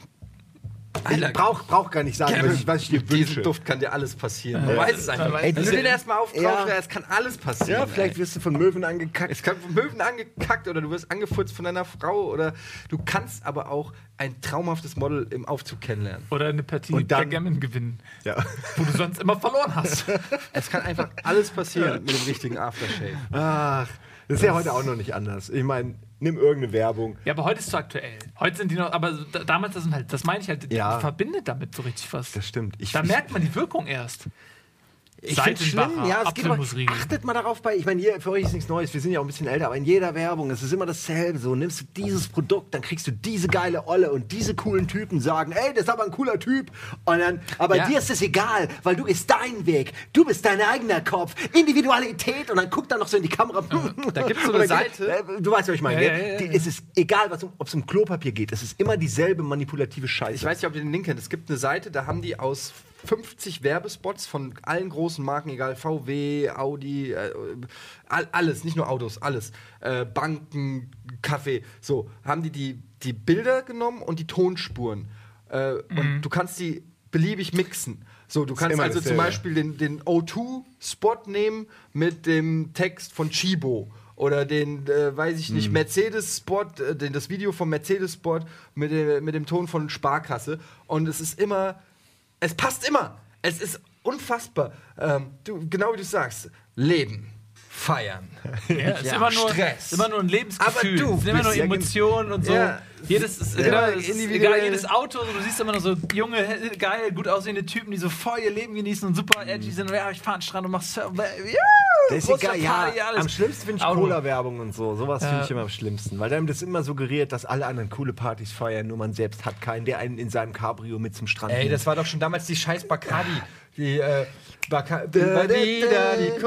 Ich brauch, brauch gar nicht sagen, was ich, was ich dir Mit diesem wünsche. Duft kann dir alles passieren. Man Ja. weiß es einfach. Ey, Wenn du diese- den erstmal auftauchst, Ja. es kann alles passieren. Ja, vielleicht ey. wirst du von Möwen angekackt. Es kann von Möwen angekackt oder du wirst angefurzt von deiner Frau oder du kannst aber auch ein traumhaftes Model im Aufzug kennenlernen. Oder eine Partie Und dann- Backgammon gewinnen, Ja. wo du sonst immer verloren hast. Es kann einfach alles passieren mit dem richtigen Aftershave. Ach, das ist ja heute auch noch nicht anders. Ich meine, nimm irgendeine Werbung. Ja, aber heute ist es so aktuell. Heute sind die noch, aber da, damals, das sind halt, das meine ich halt, Ja. die verbindet damit so richtig was. Das stimmt. Ich, Da merkt man die Wirkung erst. Ich finde es schlimm, ja, es geht aber, Apfelmusriegel. achtet mal darauf bei, ich meine, hier, für euch ist nichts Neues, wir sind ja auch ein bisschen älter, aber in jeder Werbung, es ist immer dasselbe, so, nimmst du dieses Produkt, dann kriegst du diese geile Olle und diese coolen Typen sagen, ey, das ist aber ein cooler Typ, und dann, aber Ja. dir ist es egal, weil du ist dein Weg, du bist dein eigener Kopf, Individualität, und dann guckt er noch so in die Kamera. Da gibt's so eine Und dann Seite. geht- äh, Du weißt, was ich meine, Ja, gell? ja, ja, Die- ja. Es ist egal, was um- ob es um Klopapier geht, es ist immer dieselbe manipulative Scheiße. Ich weiß nicht, ob ihr den Link kennt. Es gibt eine Seite, da haben die aus fünfzig Werbespots von allen großen Marken, egal V W, Audi, äh, all, alles, nicht nur Autos, alles. Äh, Banken, Kaffee, so, haben die, die die Bilder genommen und die Tonspuren. Äh, Und du kannst die beliebig mixen. So, du kannst immer also zum dasselbe. Beispiel den, den O zwei Spot nehmen mit dem Text von Chibo. Oder den, äh, weiß ich nicht, Mercedes-Spot, äh, den, das Video vom Mercedes-Spot mit, dem- mit dem Ton von Sparkasse. Und es ist immer, es passt immer. Es ist unfassbar. Ähm, du, genau wie du sagst, Leben, feiern. Ja, es ist Ja, immer nur, Stress. ist immer nur ein Lebensgefühl. Aber du es sind immer nur bist ja gen- Emotionen und so. Ja. Jedes, ist, Ja, genau, es ist individuell. egal, jedes Auto, du siehst immer nur so junge, geil, gut aussehende Typen, die so voll ihr Leben genießen und super edgy sind. Und ja, ich fahr an den Strand und mach Surf. Ja, Das ist große egal, ja. Party, alles. Am schlimmsten finde ich Auto. Cola-Werbung und so. Sowas Ja. finde ich immer am schlimmsten. Weil dann das immer suggeriert, dass alle anderen coole Partys feiern, nur man selbst hat keinen, der einen in seinem Cabrio mit zum Strand Ey, nimmt. das war doch schon damals die scheiß Bacardi. Die, äh, Bacardi, Bacardi, die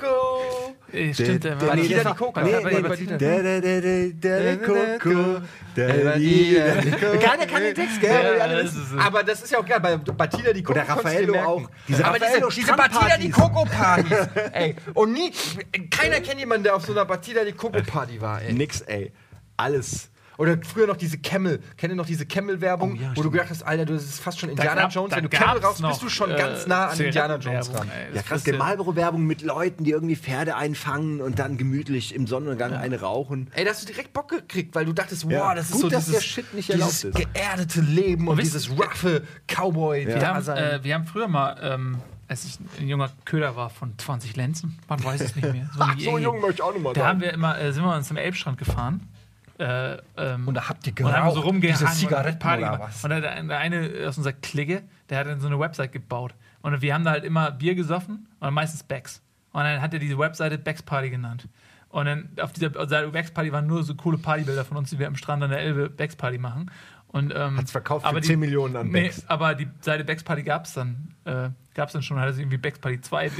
Coco. Äh, Stimmt, der Der- war nee, Batida das di war- Coco. nee, Ja, nee, Batida. Batida. Da, da, da, da, da, Coco. Da, Batida di, di da. Coco. Keiner kann den Text, gell? Ja, Wir alle das wissen. ist, Aber das ist ja auch geil, bei Batida die Coco Oder konntest du Raffaello dir merken. auch. Diese Aber diese, Raffaello diese Batida die Strandpartys. Coco Partys. Ey, und nie, keiner kennt jemanden, der auf so einer Batida die Coco Party war, ey. Nix, ey. Alles. Oder früher noch diese Camel. Kennt ihr noch diese Camel-Werbung, Oh, ja, wo du stimmt. gedacht hast, Alter, das ist fast schon Indiana gab- Jones. da Wenn du Camel gab's rauchst, bist noch, du schon äh, ganz nah an Indiana Jones Zigarettenwerbung, dran. ey. Ja, Das krass, ist der ja- Marlboro-Werbung mit Leuten, die irgendwie Pferde einfangen und dann gemütlich im Sonnenuntergang eine rauchen. Ey, da hast du direkt Bock gekriegt, weil du dachtest, wow, Ja. das ist Gut, so dass dieses, der Shit nicht dieses erlaubt ist. geerdete Leben und, Und wisst- dieses roughe Cowboy. Wir haben, äh, wir haben früher mal, ähm, als ich ein junger Köder war von zwanzig Lenzen, man weiß es nicht mehr. So, Ach, so jung möchte ich auch noch mal Da sein. haben wir immer, äh, sind wir uns zum Elbstrand gefahren. Äh, ähm, Und da habt ihr und haben geraucht, so rumgehangen diese und Zigaretten Party oder gemacht. was? Und der, der eine aus unserer Clique, der hat dann so eine Website gebaut. Und wir haben da halt immer Bier gesoffen und meistens Becks. Und dann hat er diese Webseite Becks Party genannt. Und dann auf dieser Seite Becks Party waren nur so coole Partybilder von uns, die wir am Strand an der Elbe Becks Party machen. Und, ähm, Hat's verkauft für aber die- zehn Millionen an nee, Becks. aber die Seite Becks Party gab es dann, äh, gab's dann schon, hat er irgendwie Becks Party zwei.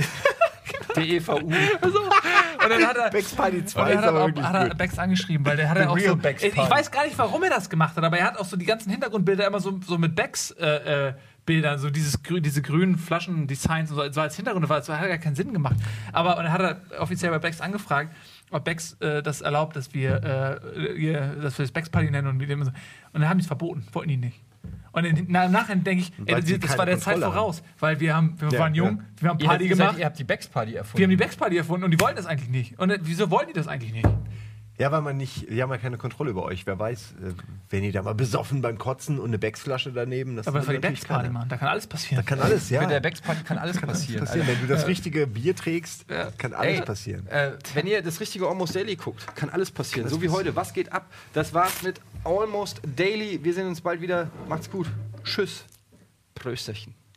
D E V U. so. Und dann hat er, Becks Party und zwei er ist hat, aber auch, wirklich hat er gut. Becks angeschrieben, weil der hat The er auch real so. Becks Ich Party. weiß gar nicht, warum er das gemacht hat, aber er hat auch so die ganzen Hintergrundbilder immer so, so mit Becks äh, äh, Bildern, so dieses, grü- diese grünen Flaschen-Designs und so, so als Hintergrund, weil es hat gar keinen Sinn gemacht. Aber und dann hat er offiziell bei Becks angefragt, ob Becks äh, das erlaubt, dass wir, äh, ihr, dass wir das Becks Party nennen und mit dem so. Und dann haben die es verboten, wollten die nicht. Und in, na, im Nachhinein denke ich, ey, Weil sie das, das keine war der Zeit Kontrolle voraus, weil wir haben, wir Ja, waren jung, ja. wir haben Ihr, Party ihr, seid, gemacht. ihr habt die Becks Party erfunden. Wir haben die Becks Party erfunden und die wollten das eigentlich nicht. Und äh, wieso wollten die das eigentlich nicht? Ja, weil man nicht, die haben ja keine Kontrolle über euch. Wer weiß, äh, wenn ihr da mal besoffen beim Kotzen und eine Becks-Flasche daneben, das Aber das war die natürlich Becks Party, keiner. Mann. Da kann alles passieren. Da kann alles, ja. Mit der Becks Party kann alles passieren. passieren. Wenn du das richtige Bier trägst, kann alles Ey, passieren. Äh, wenn ihr das richtige Almost Daily guckt, kann alles passieren. So wie heute. Was geht ab? Das war's mit Almost Daily. Wir sehen uns bald wieder. Macht's gut. Tschüss. Prösterchen.